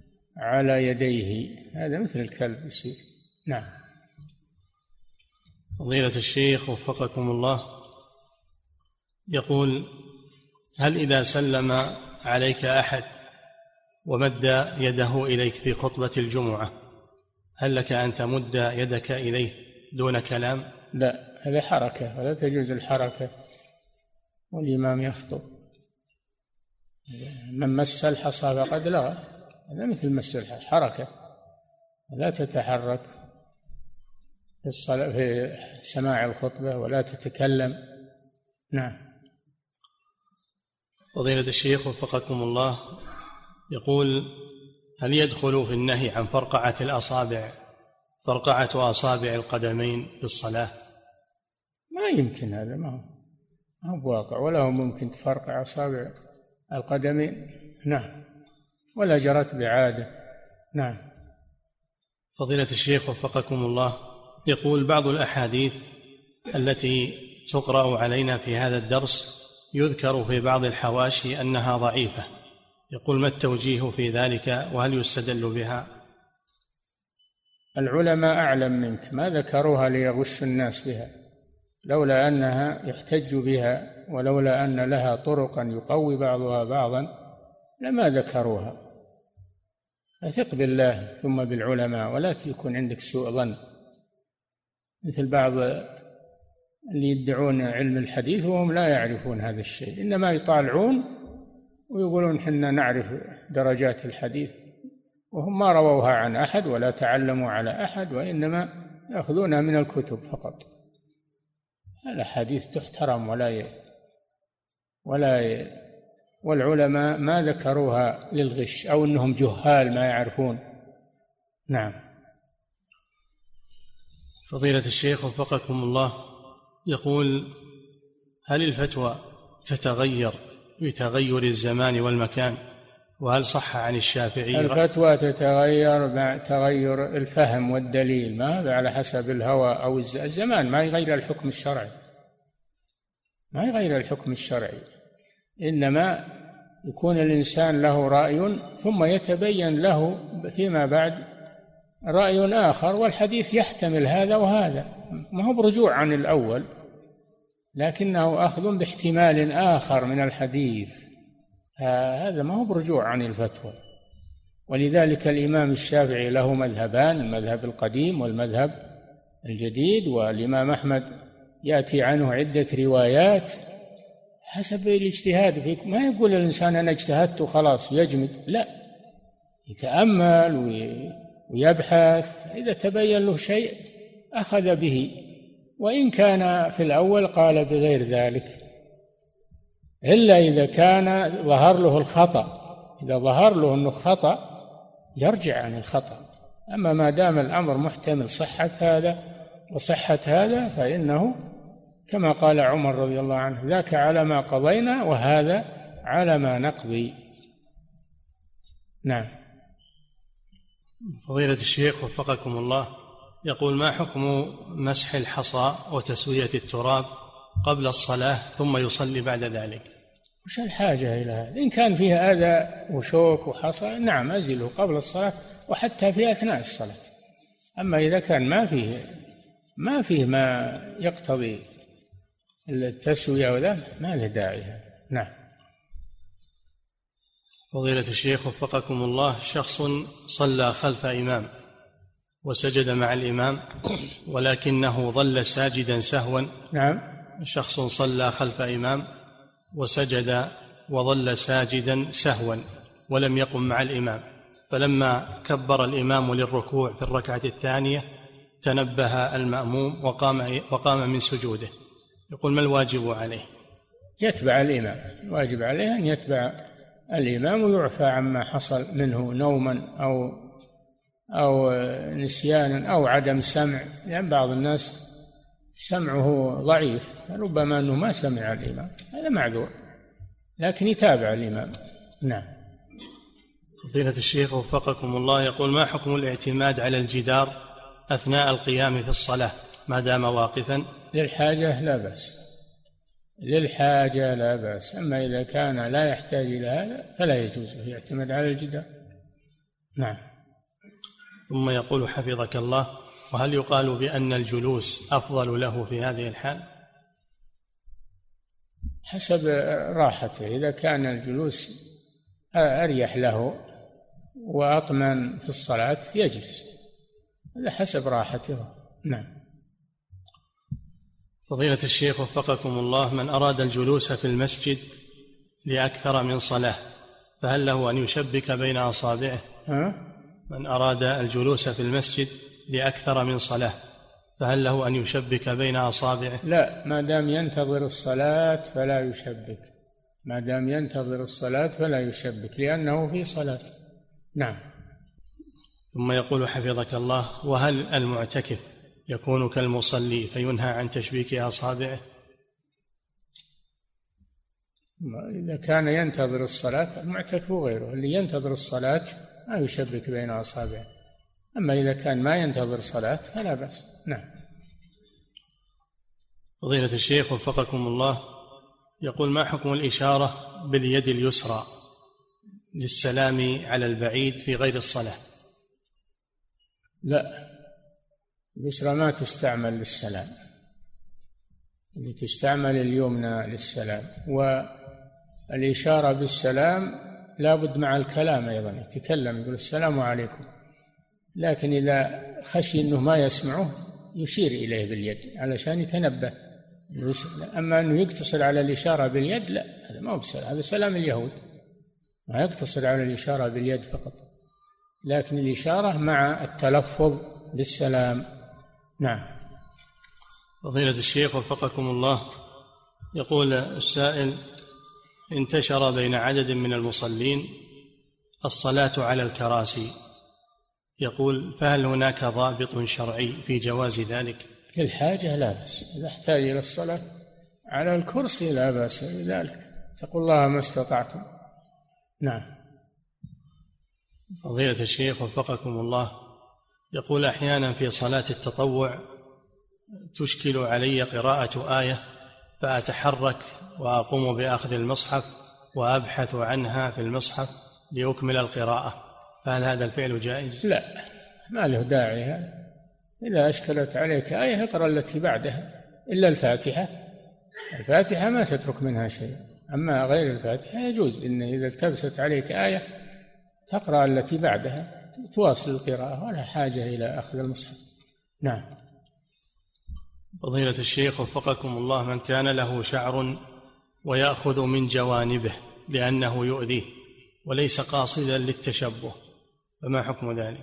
على يديه، هذا مثل الكلب يصير. نعم. فضيلة الشيخ وفقكم الله، يقول: هل إذا سلم عليك أحد ومد يده إليك في خطبة الجمعة هل لك أن تمد يدك إليه دون كلام؟ لا، هذا حركة ولا تجوز الحركة والإمام يخطب. من مس الحصى فقد لغى، هذا مثل مس الحصى، حركة، لا تتحرك في الصلاة في سماع الخطبة ولا تتكلم. نعم. فضيلة الشيخ وفقكم الله، يقول: هل يدخل في النهي عن فرقعة أصابع القدمين في الصلاة؟ ما يمكن، هذا ما هو بواقع، ولا هو ممكن تفرقع أصابع القدمين. نعم، ولا جرت بعادة. نعم. فضيلة الشيخ وفقكم الله، يقول: بعض الأحاديث التي تقرأ علينا في هذا الدرس يذكر في بعض الحواشي أنها ضعيفة، يقول: ما التوجيه في ذلك وهل يستدل بها؟ العلماء أعلم منك، ما ذكروها ليغش الناس بها، لولا أنها يحتج بها ولولا أن لها طرقا يقوي بعضها بعضا لما ذكروها. فثق بالله ثم بالعلماء، ولا يكون عندك سوء ظن مثل بعض اللي يدعون علم الحديث وهم لا يعرفون هذا الشيء، إنما يطالعون ويقولون حنا نعرف درجات الحديث، وهم ما رووها عن أحد ولا تعلموا على أحد، وإنما يأخذونها من الكتب فقط. الأحاديث تحترم والعلماء ما ذكروها للغش أو أنهم جهال ما يعرفون. نعم. فضيلة الشيخ وفقكم الله، يقول: هل الفتوى تتغير بتغير الزمان والمكان؟ وهل صح عن الشافعي؟ الفتوى تتغير مع تغير الفهم والدليل، ما على حسب الهوى أو الزمان. ما يغير الحكم الشرعي، ما يغير الحكم الشرعي، إنما يكون الإنسان له رأي ثم يتبين له فيما بعد رأي آخر، والحديث يحتمل هذا وهذا، ما هو برجوع عن الأول، لكنه أخذ باحتمال آخر من الحديث، هذا ما هو برجوع عن الفتوى. ولذلك الإمام الشافعي له مذهبان: المذهب القديم والمذهب الجديد، والإمام أحمد يأتي عنه عدة روايات حسب الاجتهاد فيك. ما يقول الإنسان أنا اجتهدت وخلاص يجمد، لا، يتأمل ويبحث، إذا تبين له شيء أخذ به، وإن كان في الأول قال بغير ذلك، إلا إذا كان ظهر له الخطأ. إذا ظهر له أنه خطأ يرجع عن الخطأ، أما ما دام الأمر محتمل صحة هذا وصحة هذا فإنه كما قال عمر رضي الله عنه: ذاك على ما قضينا وهذا على ما نقضي. نعم. فضيلة الشيخ وفقكم الله، يقول: ما حكم مسح الحصى وتسوية التراب قبل الصلاة ثم يصلي بعد ذلك؟ وش الحاجة إلى هذا؟ إن كان فيها أذى وشوك وحصى نعم أزله قبل الصلاة وحتى في أثناء الصلاة، أما إذا كان ما فيه ما يقتضي التسوية وذا ما له داعي. نعم. فضيلة الشيخ وفقكم الله، شخص صلى خلف إمام وسجد مع الإمام ولكنه ظل ساجدا سهوا. نعم. شخص صلى خلف إمام وسجد وظل ساجدا سهوا ولم يقم مع الإمام، فلما كبر الإمام للركوع في الركعة الثانية تنبه المأموم وقام من سجوده، يقول: ما الواجب عليه؟ يتبع الإمام، الواجب عليه أن يتبع الإمام ويعفى عما حصل منه نوما أو نسيانا أو عدم سمع، لأن بعض الناس سمعه ضعيف ربما أنه ما سمع الإمام، هذا معذور، لكن يتابع الإمام. نعم. فضيلة الشيخ وفقكم الله، يقول: ما حكم الاعتماد على الجدار أثناء القيام في الصلاة ما دام واقفا؟ للحاجة لا بأس، للحاجة لا بأس، أما إذا كان لا يحتاج إلى هذا فلا يجوز يعتمد على الجدار. نعم. ثم يقول حفظك الله: وهل يقال بأن الجلوس أفضل له في هذه الحال؟ حسب راحته، إذا كان الجلوس أريح له وأطمن في الصلاة يجلس، هذا حسب راحته. نعم. فضيلة الشيخ وفقكم الله، من أراد الجلوس في المسجد لأكثر من صلاة فهل له أن يشبك بين أصابعه؟ من أراد الجلوس في المسجد لأكثر من صلاة فهل له أن يشبك بين أصابعه؟ لا، ما دام ينتظر الصلاة فلا يشبك، ما دام ينتظر الصلاة فلا يشبك لأنه في صلاة. نعم. ثم يقول حفظك الله: وهل المعتكف يكون كالمصلي فينهى عن تشبيك أصابعه؟ إذا كان ينتظر الصلاة، المعتكف غيره، اللي ينتظر الصلاة ما يشبك بين أصابعه، أما إذا كان ما ينتظر صلاة فلا بأس. نعم. فضيلة الشيخ وفقكم الله، يقول: ما حكم الإشارة باليد اليسرى للسلام على البعيد في غير الصلاة؟ لا، اليسرى ما تستعمل للسلام، اللي تستعمل اليمنى للسلام. والإشارة بالسلام لا بد مع الكلام أيضا، يتكلم يقول السلام عليكم، لكن إذا خشي أنه ما يسمعه يشير إليه باليد علشان يتنبه. أما أنه يقتصر على الإشارة باليد لا، هذا ما هو بسلام، هذا سلام اليهود، ما يقتصر على الإشارة باليد فقط، لكن الإشارة مع التلفظ بالسلام. نعم. فضيلة الشيخ وفقكم الله، يقول السائل: انتشر بين عدد من المصلين الصلاة على الكراسي، يقول: فهل هناك ضابط شرعي في جواز ذلك؟ للحاجة لا بأس، إذا احتاج إلى الصلاة على الكرسي لا بأس بذلك، اتقوا الله ما استطعتم. نعم. فضيلة الشيخ وفقكم الله، يقول: أحيانا في صلاة التطوع تشكل علي قراءة آية فأتحرك وأقوم بأخذ المصحف وأبحث عنها في المصحف لأكمل القراءة، فهل هذا الفعل جائز؟ لا، ما له داعي هذا. إذا أشكلت عليك آية اقرأ التي بعدها، إلا الفاتحة، الفاتحة ما تترك منها شيء، أما غير الفاتحة يجوز إن إذا التبست عليك آية تقرأ التي بعدها، تواصل القراءة ولا حاجة إلى أخذ المصحف. نعم. فضيلة الشيخ وفقكم الله، من كان له شعر ويأخذ من جوانبه لأنه يؤذيه وليس قاصدا للتشبه، فما حكم ذلك؟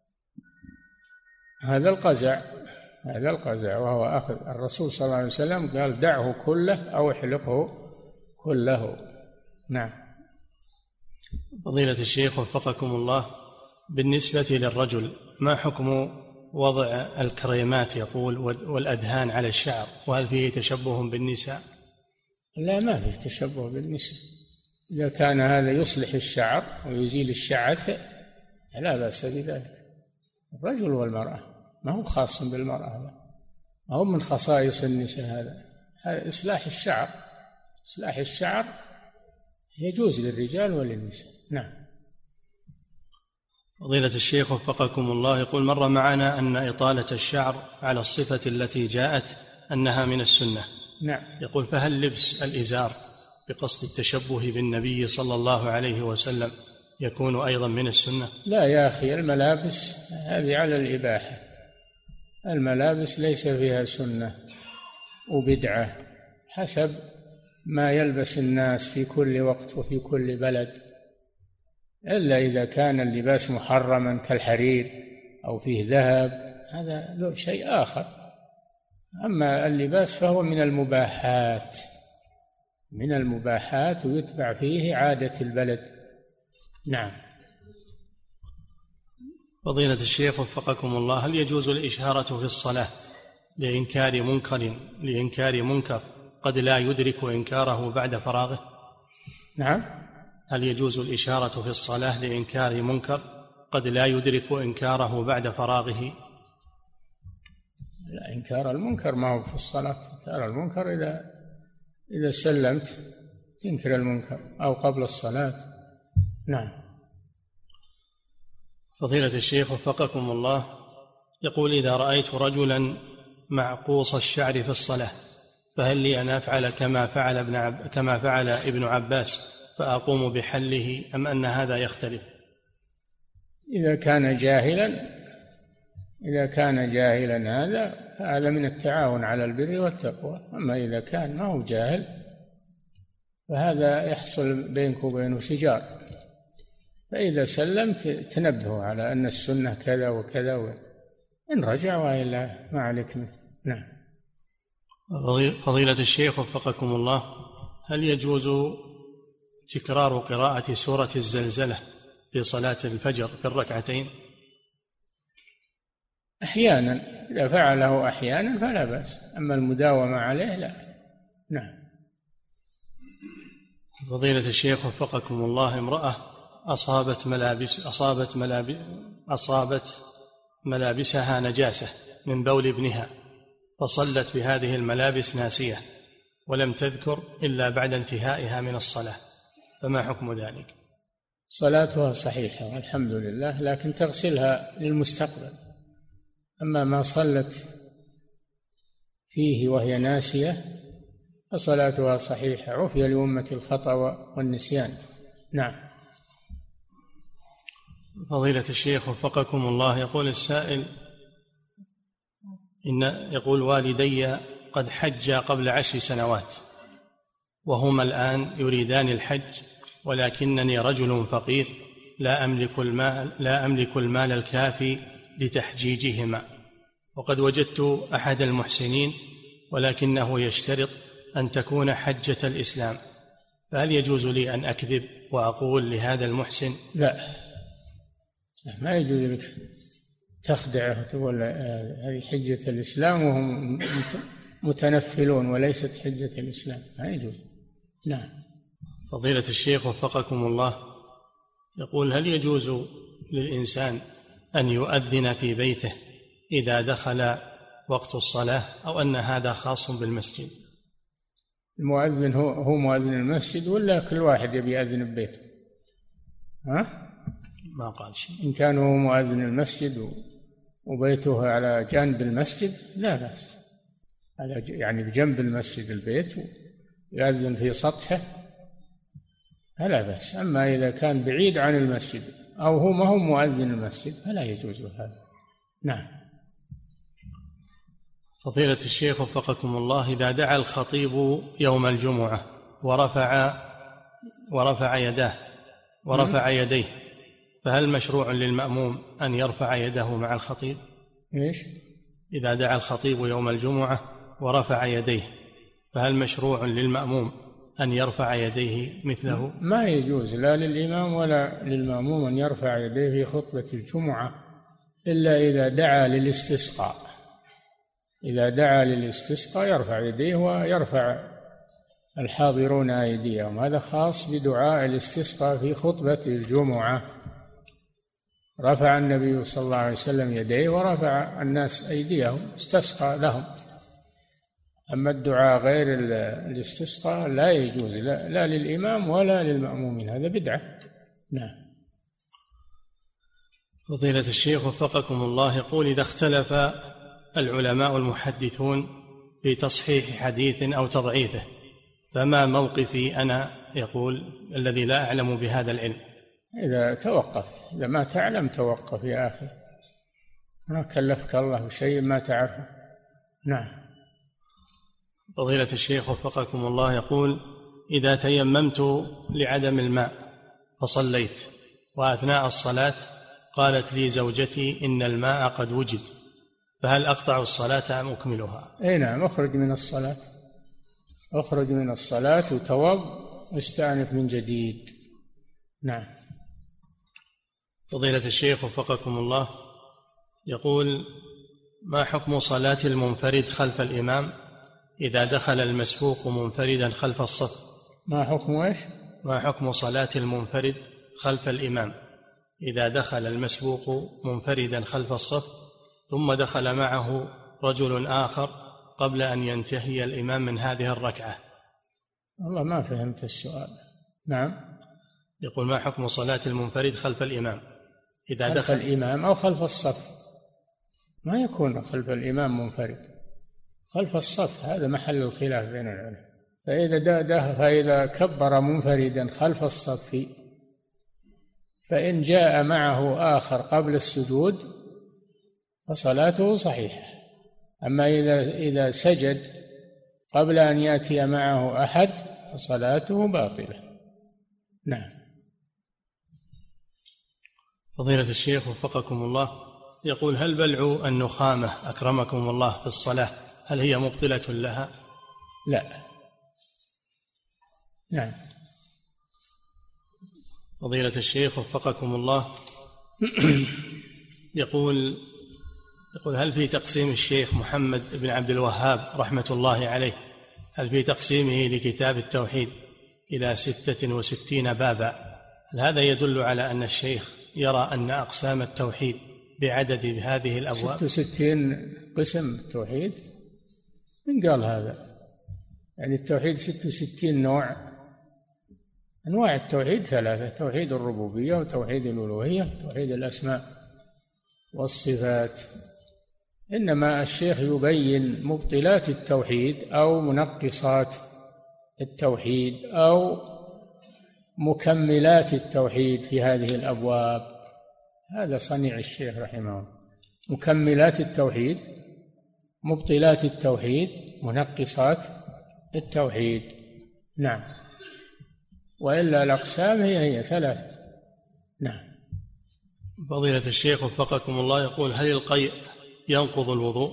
هذا القزع، هذا القزع، وهو أخذ. الرسول صلى الله عليه وسلم قال: دعه كله أو احلقه كله. نعم. فضيلة الشيخ وفقكم الله، بالنسبة للرجل ما حكم وضع الكريمات يقول والأدهان على الشعر، وهل فيه تشبه بالنساء؟ لا، ما فيه تشبه بالنساء، إذا كان هذا يصلح الشعر ويزيل الشعث لا بأس بذلك. الرجل والمرأة، ما هو خاص بالمرأة، هذا ما هو من خصائص النساء، هذا إصلاح الشعر، إصلاح الشعر يجوز للرجال وللنساء. نعم. فضيلة الشيخ وفقكم الله، يقول: مر معنا أن إطالة الشعر على الصفة التي جاءت أنها من السنة. نعم. يقول: فهل لبس الإزار بقصد التشبه بالنبي صلى الله عليه وسلم يكون أيضا من السنة؟ لا يا أخي، الملابس هذه على الإباحة، الملابس ليس فيها سنة وبدعة، حسب ما يلبس الناس في كل وقت وفي كل بلد، إلا إذا كان اللباس محرما كالحرير أو فيه ذهب، هذا له شيء آخر. أما اللباس فهو من المباحات، من المباحات، ويتبع فيه عادة البلد. نعم. فضيلة الشيخ وفقكم الله، هل يجوز الإشارة في الصلاة لإنكار منكر قد لا يدرك إنكاره بعد فراغه؟ نعم. هل يجوز الإشارة في الصلاة لإنكار منكر قد لا يدرك إنكاره بعد فراغه؟ لا، إنكار المنكر ما هو في الصلاة، إنكار المنكر إذا سلمت تنكر المنكر أو قبل الصلاة. نعم. فضيلة الشيخ وفقكم الله، يقول: إذا رأيت رجلا معقوص الشعر في الصلاة فهل لي أن أفعل كما فعل ابن عباس فأقوم بحله، أم أن هذا يختلف؟ إذا كان جاهلا هذا من التعاون على البر والتقوى. أما إذا كان ما هو جاهل فهذا يحصل بينك وبينه شجار، فإذا سلمت تنبهه على أن السنة كذا وكذا، إن رجع وإلا ما عليك منه. نعم. فضيلة الشيخ وفقكم الله، هل يجوز تكرار قراءة سورة الزلزلة في صلاة الفجر في الركعتين؟ أحيانا، إذا فعله أحيانا فلا بأس، أما المداومة عليه لا. نعم. فضيلة الشيخ وفقكم الله، امرأة أصابت ملابسها نجاسة من بول ابنها، فصلت بهذه الملابس ناسية ولم تذكر إلا بعد انتهائها من الصلاة، فما حكم ذلك؟ صلاتها صحيحة والحمد لله، لكن تغسلها للمستقبل. أما ما صلت فيه وهي ناسية فصلاتها صحيحة، عفي لأمة الخطأ والنسيان. نعم. فضيلة الشيخ وفقكم الله، يقول السائل: يقول والدي قد حجا قبل 10 سنوات وهما الآن يريدان الحج، ولكنني رجل فقير لا أملك المال الكافي لتحجيجهما، وقد وجدت أحد المحسنين ولكنه يشترط أن تكون حجة الإسلام، فهل يجوز لي أن أكذب وأقول لهذا المحسن؟ لا، ما يجوز لك تخدعه وتقول هذه حجة الإسلام وهم متنفلون وليست حجة الإسلام، ما يجوز. نعم. فضيلة الشيخ وفقكم الله، يقول: هل يجوز للإنسان أن يؤذن في بيته إذا دخل وقت الصلاة، أو أن هذا خاص بالمسجد؟ المؤذن هو مؤذن المسجد ولا كل واحد يبي يأذن ببيته؟ ما قال شيء. إن كان هو مؤذن المسجد وبيته على جانب المسجد لا بأس، يعني بجنب المسجد البيت يأذن في سطحه فلا بأس. أما إذا كان بعيد عن المسجد أو هو ما هو مؤذن المسجد فلا يجوز هذا. نعم. فضيلة الشيخ وفقكم الله، إذا دعا الخطيب يوم الجمعة ورفع يديه فهل مشروع للمأموم أن يرفع يده مع الخطيب؟ إيش؟ إذا دعا الخطيب يوم الجمعة ورفع يديه فهل مشروع للمأموم أن يرفع يديه مثله؟ ما يجوز لا للإمام ولا للمأموم أن يرفع يديه في خطبة الجمعة إلا إذا دعا للاستسقاء. إذا دعا للاستسقاء يرفع يديه ويرفع الحاضرون أيديهم، هذا خاص بدعاء الاستسقاء في خطبة الجمعة. رفع النبي صلى الله عليه وسلم يديه ورفع الناس أيديهم استسقى لهم. أما الدعاء غير الاستسقاء لا يجوز لا للإمام ولا للمأمومين، هذا بدعة. نعم. فضيلة الشيخ وفقكم الله، يقول: إذا اختلف العلماء المحدثون في تصحيح حديث أو تضعيفه فما موقفي أنا، يقول، الذي لا أعلم بهذا العلم؟ إذا ما تعلم توقف يا أخي، ما كلفك الله بشيء ما تعرفه. نعم. فضيلة الشيخ وفقكم الله، يقول: إذا تيممت لعدم الماء فصليت وأثناء الصلاة قالت لي زوجتي إن الماء قد وجد، فهل أقطع الصلاة أم أكملها؟ أي نعم، اخرج من الصلاة وتوض واستأنف من جديد. نعم. فضيلة الشيخ وفقكم الله، يقول: ما حكم صلاة المنفرد خلف الإمام إذا دخل المسبوق منفردا خلف الصف؟ ما حكم صلاة المنفرد خلف الإمام إذا دخل المسبوق منفردا خلف الصف ثم دخل معه رجل آخر قبل أن ينتهي الإمام من هذه الركعة؟ والله ما فهمت السؤال. نعم. يقول: ما حكم صلاة المنفرد خلف الإمام إذا خلف الإمام أو خلف الصف؟ ما يكون خلف الإمام منفرد، خلف الصف، هذا محل الخلاف بين العلماء. فإذا كبر منفردا خلف الصف فإن جاء معه آخر قبل السجود فصلاته صحيحة. أما إذا سجد قبل أن يأتي معه أحد فصلاته باطلة. نعم. فضيلة الشيخ وفقكم الله، يقول: هل بلع النخامة أكرمكم الله في الصلاة هل هي مبطلة لها؟ لا. نعم. فضيلة الشيخ وفقكم الله، يقول: هل في تقسيم الشيخ محمد بن عبد الوهاب رحمة الله عليه، هل في تقسيمه لكتاب التوحيد إلى 66 بابا، هل هذا يدل على أن الشيخ يرى أن أقسام التوحيد بعدد هذه الأبواب؟ 66 قسم التوحيد؟ من قال هذا؟ يعني التوحيد 66 نوع. أنواع التوحيد 3: توحيد الربوبية، وتوحيد الألوهية، وتوحيد الأسماء والصفات. إنما الشيخ يبين مبطلات التوحيد أو منقصات التوحيد أو مكملات التوحيد في هذه الأبواب. هذا صنيع الشيخ رحمه الله: مكملات التوحيد، مبطلات التوحيد، منقصات التوحيد. نعم. وإلا الأقسام هي 3. نعم. فضيلة الشيخ وفقكم الله، يقول: هل القيء ينقض الوضوء؟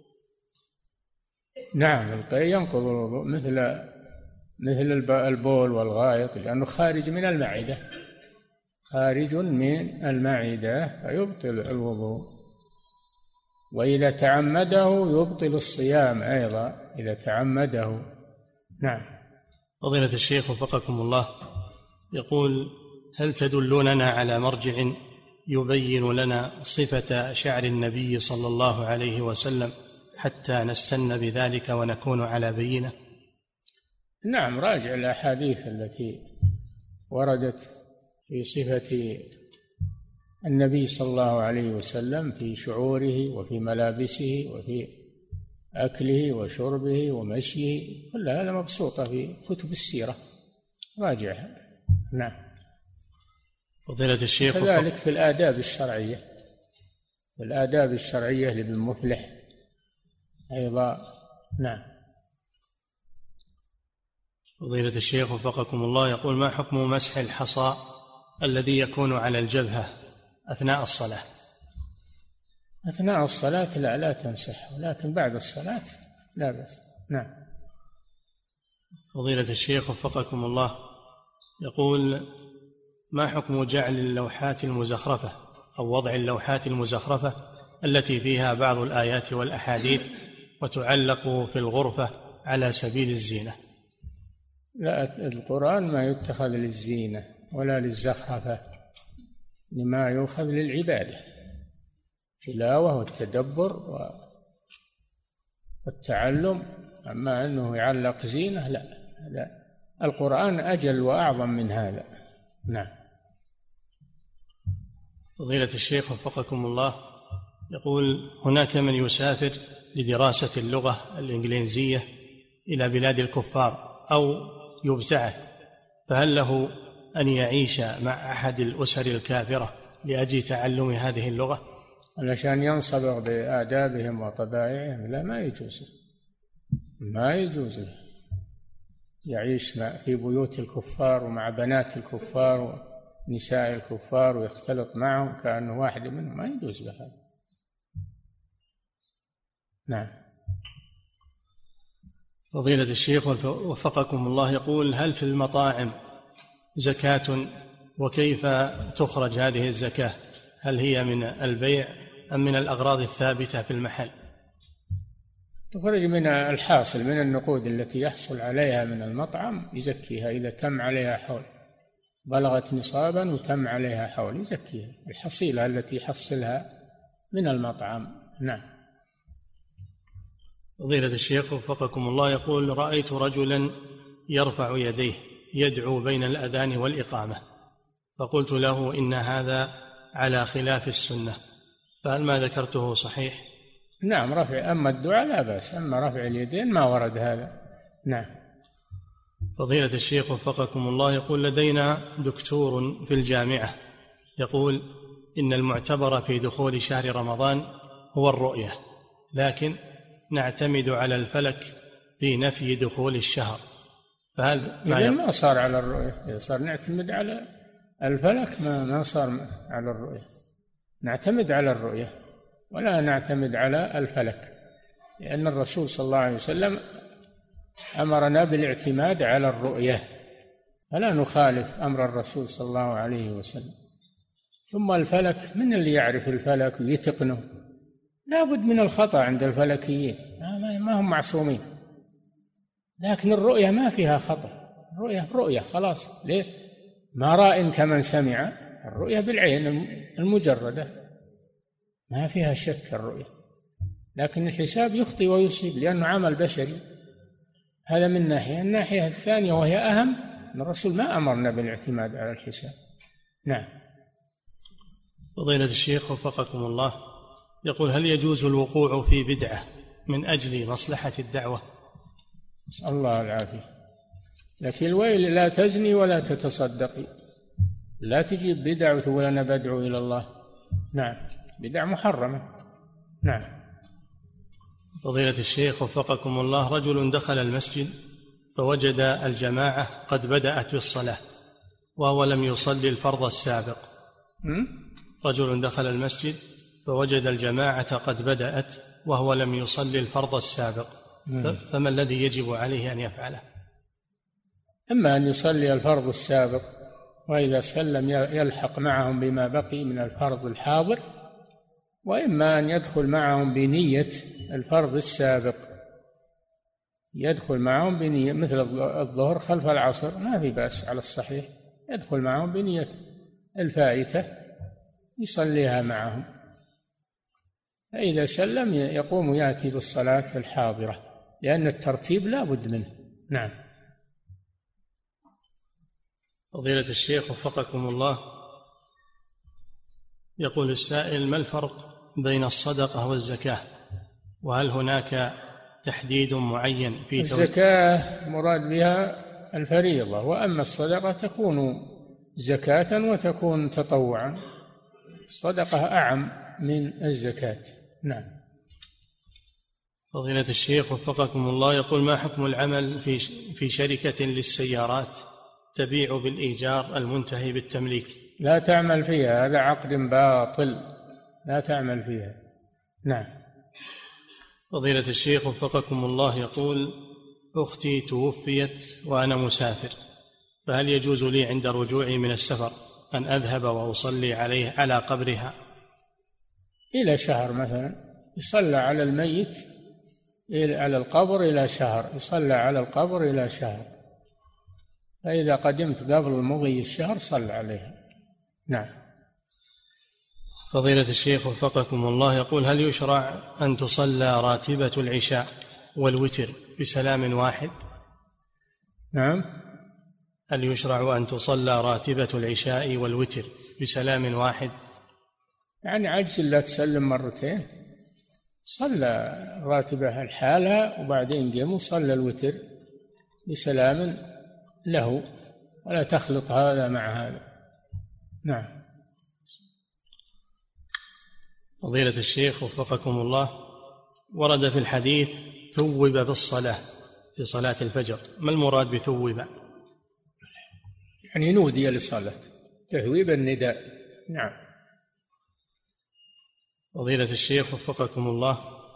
نعم، القيء ينقض الوضوء مثل البول والغائط، لأنه خارج من المعدة، خارج من المعدة فيبطل الوضوء. وإذا تعمده يبطل الصيام أيضا إذا تعمده. نعم. فضيلة الشيخ وفقكم الله، يقول: هل تدلوننا على مرجع يبين لنا صفة شعر النبي صلى الله عليه وسلم حتى نستن بذلك ونكون على بينة؟ نعم، راجع الأحاديث التي وردت في صفة النبي صلى الله عليه وسلم في شعوره وفي ملابسه وفي أكله وشربه ومشيه، كل هذا مبسوطة في كتب السيرة، راجعها. نعم. فضيلة الشيخ كذلك في الآداب الشرعية، في الآداب الشرعية لابن مفلح أيضا. نعم. فضيلة الشيخ وفقكم الله، يقول: ما حكم مسح الحصى الذي يكون على الجبهة أثناء الصلاة؟ أثناء الصلاة لا تمسح، لكن بعد الصلاة لا بأس. نعم. فضيلة الشيخ وفقكم الله، يقول: ما حكم جعل اللوحات المزخرفة أو وضع اللوحات المزخرفة التي فيها بعض الآيات والأحاديث وتعلق في الغرفة على سبيل الزينة؟ لا، القرآن ما يتخذ للزينة ولا للزخرفة، لما يؤخذ للعبادة، التلاوة والتدبر والتعلم. أما أنه يعلق زينة لا، القرآن أجل وأعظم من هذا. نعم. فضيلة الشيخ وفقكم الله، يقول: هناك من يسافر لدراسة اللغة الإنجليزية إلى بلاد الكفار أو يبتعث، فهل له أن يعيش مع أحد الأسر الكافرة لأجل تعلم هذه اللغة؟ علشان ينصبغ بآدابهم وطبائعهم؟ لا، ما يجوز، ما يجوز يعيش في بيوت الكفار ومع بنات الكفار ونساء الكفار ويختلط معهم كأنه واحد منهم، ما يجوز له هذا. نعم. فضيلة الشيخ وفقكم الله، يقول: هل في المطاعم زكاة؟ وكيف تخرج هذه الزكاة؟ هل هي من البيع أم من الأغراض الثابتة في المحل؟ تخرج من الحاصل، من النقود التي يحصل عليها من المطعم يزكيها إذا تم عليها حول، بلغت نصابا وتم عليها حول يزكيها، الحصيلة التي يحصلها من المطعم. نعم. فضيلة الشيخ وفقكم الله، يقول: رأيت رجلا يرفع يديه يدعو بين الأذان والإقامة، فقلت له إن هذا على خلاف السنة، فهل ما ذكرته صحيح نعم رفع، أما الدعاء لا بأس، أما رفع اليدين ما ورد هذا. نعم. فضيلة الشيخ وفقكم الله، يقول لدينا دكتور في الجامعة يقول إن المعتبر في دخول شهر رمضان هو الرؤية، لكن نعتمد على الفلك في نفي دخول الشهر، فهل ما صار على الرؤية؟ إذا صار نعتمد على الفلك ما صار على الرؤية. نعتمد على الرؤية ولا نعتمد على الفلك، لأن الرسول صلى الله عليه وسلم أمرنا بالاعتماد على الرؤية، فلا نخالف أمر الرسول صلى الله عليه وسلم. ثم الفلك، من اللي يعرف الفلك ويتقنه؟ لا بد من الخطأ عند الفلكيين، ما هم معصومين. لكن الرؤية ما فيها خطأ، رؤية خلاص. ليه؟ ما راء كمن سمع، الرؤية بالعين المجردة ما فيها شك الرؤية. لكن الحساب يخطئ ويصيب لأنه عمل بشري، هذا من ناحية. الناحية الثانية وهي أهم، أن الرسول ما أمرنا بالاعتماد على الحساب. نعم. فضيلة الشيخ وفقكم الله، يقول هل يجوز الوقوع في بدعة من أجل مصلحة الدعوة؟ نسأل الله العافية. لكن الويل، لا تزني ولا تتصدقي، لا تجيب بدعة وتقول أنا بدعو إلى الله. نعم، بدعة محرمة. نعم. فضيلة الشيخ وفقكم الله، رجل دخل المسجد فوجد الجماعة قد بدأت بالصلاة وهو لم يصلي الفرض السابق. رجل دخل المسجد فوجد الجماعة قد بدأت وهو لم يصلي الفرض السابق، فما الذي يجب عليه أن يفعله؟ إما أن يصلي الفرض السابق، وإذا سلم يلحق معهم بما بقي من الفرض الحاضر، وإما أن يدخل معهم بنية الفرض السابق، يدخل معهم بنية مثل الظهر خلف العصر، ما في بأس على الصحيح، يدخل معهم بنية الفائتة يصليها معهم، فإذا سلم يقوم يأتي بالصلاة الحاضرة، لأن الترتيب لا بد منه. نعم. فضيلة الشيخ وفقكم الله، يقول السائل ما الفرق بين الصدقة والزكاة، وهل هناك تحديد معين في الزكاة مراد بها الفريضة، وأما الصدقة تكون زكاة وتكون تطوعا، الصدقة أعم من الزكاة. نعم. فضيلة الشيخ وفقكم الله، يقول ما حكم العمل في شركة للسيارات تبيع بالإيجار المنتهي بالتمليك؟ لا تعمل فيها، هذا عقد باطل، لا تعمل فيها. نعم. فضيلة الشيخ وفقكم الله، يقول أختي توفيت وأنا مسافر، فهل يجوز لي عند رجوعي من السفر أن أذهب وأصلي على قبرها؟ إلى شهر مثلا، يصلى على الميت على القبر إلى شهر، يصلى على القبر إلى شهر، فإذا قدمت قبل مضي الشهر صلى عليها. نعم. فضيلة الشيخ وفقكم الله، يقول هل يشرع أن تصلى راتبة العشاء والوتر بسلام واحد؟ نعم. هل يشرع أن تصلى راتبة العشاء والوتر بسلام واحد؟ يعني عجز لا تسلم مرتين، صلى راتبة الحالة وبعدين قام وصلى الوتر بسلام له، ولا تخلط هذا مع هذا. نعم. فضيلة الشيخ وفقكم الله، ورد في الحديث ثوب بالصلاة في صلاة الفجر، ما المراد بثوب؟ يعني نودي للصلاة، تثويب النداء. نعم. فضيلة الشيخ وفقكم الله،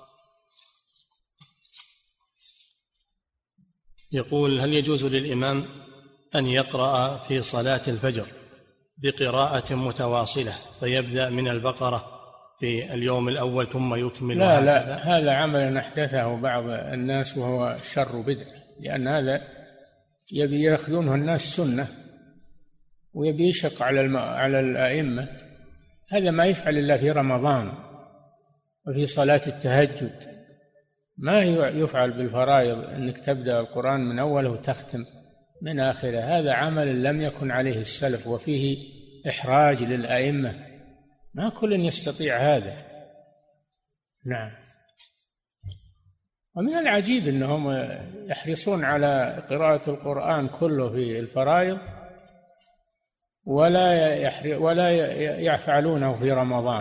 يقول هل يجوز للإمام أن يقرأ في صلاة الفجر بقراءة متواصلة فيبدأ من البقرة في اليوم الأول ثم يكمل؟ لا، هذا عمل أحدثه بعض الناس وهو شر بدع، لأن هذا يبي يأخذونه الناس سنة ويبي يشق على الأئمة، هذا ما يفعل إلا في رمضان وفي صلاة التهجد، ما يفعل بالفرائض أنك تبدأ القرآن من أوله وتختم من آخره، هذا عمل لم يكن عليه السلف وفيه إحراج للأئمة، ما كل يستطيع هذا. نعم. ومن العجيب أنهم يحرصون على قراءة القرآن كله في الفرائض ولا يفعلونه في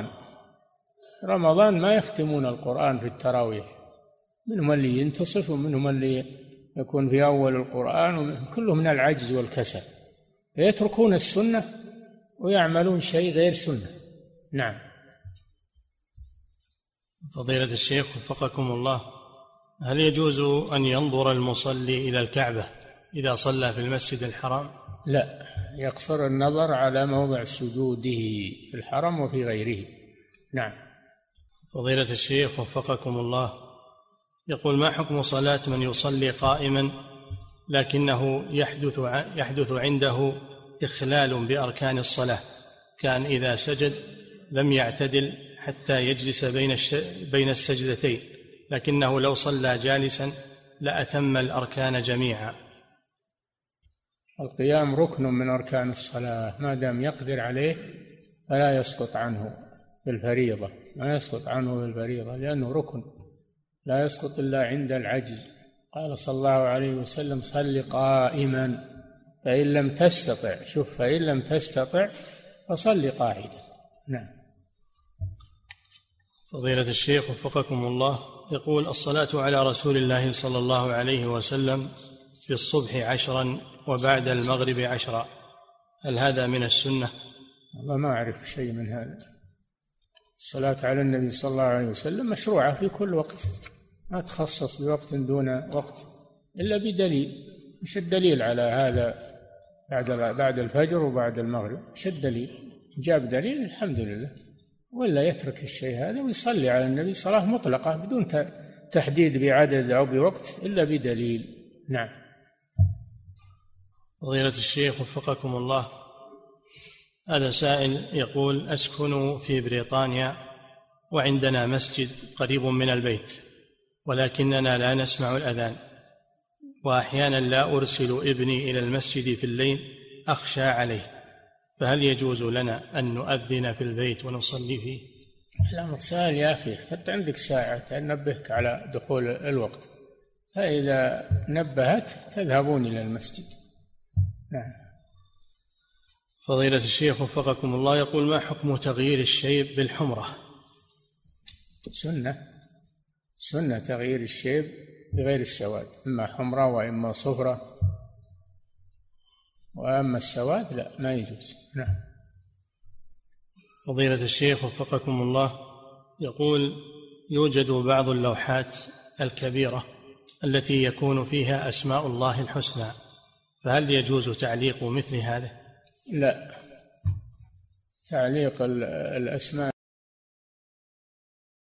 رمضان ما يختمون القرآن في التراويح، منهم اللي ينتصف ومنهم اللي يكون في أول القرآن، كله من العجز والكسل، فيتركون السنة ويعملون شيء غير سنة. نعم. فضيلة الشيخ وفقكم الله، هل يجوز أن ينظر المصلي إلى الكعبة إذا صلى في المسجد الحرام؟ لا، يقصر النظر على موضع سجوده في الحرم وفي غيره. نعم. فضيلة الشيخ وفقكم الله، يقول: ما حكم صلاة من يصلي قائما لكنه يحدث عنده إخلال بأركان الصلاة، كان إذا سجد لم يعتدل حتى يجلس بين السجدتين، لكنه لو صلى جالسا لأتم الأركان جميعا؟ القيام ركن من أركان الصلاة، ما دام يقدر عليه فلا يسقط عنه بالفريضة، ما يسقط عنه بالفريضة لأنه ركن لا يسقط إلا عند العجز. قال صلى الله عليه وسلم: صل قائما فإن لم تستطع، شوف، فإن لم تستطع فصل قاعدا. نعم. فضيلة الشيخ وفقكم الله، يقول: الصلاة على رسول الله صلى الله عليه وسلم في الصبح 10 وبعد المغرب 10، هل هذا من السنة؟ والله ما أعرف شيء من هذا. الصلاة على النبي صلى الله عليه وسلم مشروعة في كل وقت، ما تخصص بوقت دون وقت إلا بدليل. مش الدليل على هذا بعد الفجر وبعد المغرب؟ مش الدليل؟ جاب دليل الحمد لله، ولا يترك الشيء هذا ويصلي على النبي صلاة مطلقة بدون تحديد بعدد أو بوقت إلا بدليل. نعم. فضيلة الشيخ وفقكم الله، هذا سائل يقول: أسكن في بريطانيا وعندنا مسجد قريب من البيت، ولكننا لا نسمع الأذان، وأحيانا لا أرسل ابني إلى المسجد في الليل أخشى عليه، فهل يجوز لنا أن نؤذن في البيت ونصلي فيه؟ الأمر سهل يا أخي، حتى عندك ساعة تنبهك على دخول الوقت، فإذا نبهت تذهبون إلى المسجد. نعم. فضيلة الشيخ وفقكم الله، يقول: ما حكم تغيير الشيب بالحمرة؟ سنة تغيير الشيب بغير السواد، إما حمرة وإما صفرة، وأما السواد لا، ما يجوز. نعم. فضيلة الشيخ وفقكم الله، يقول: يوجد بعض اللوحات الكبيرة التي يكون فيها أسماء الله الحسنى، فهل يجوز تعليق مثل هذا؟ لا، تعليق الأسماء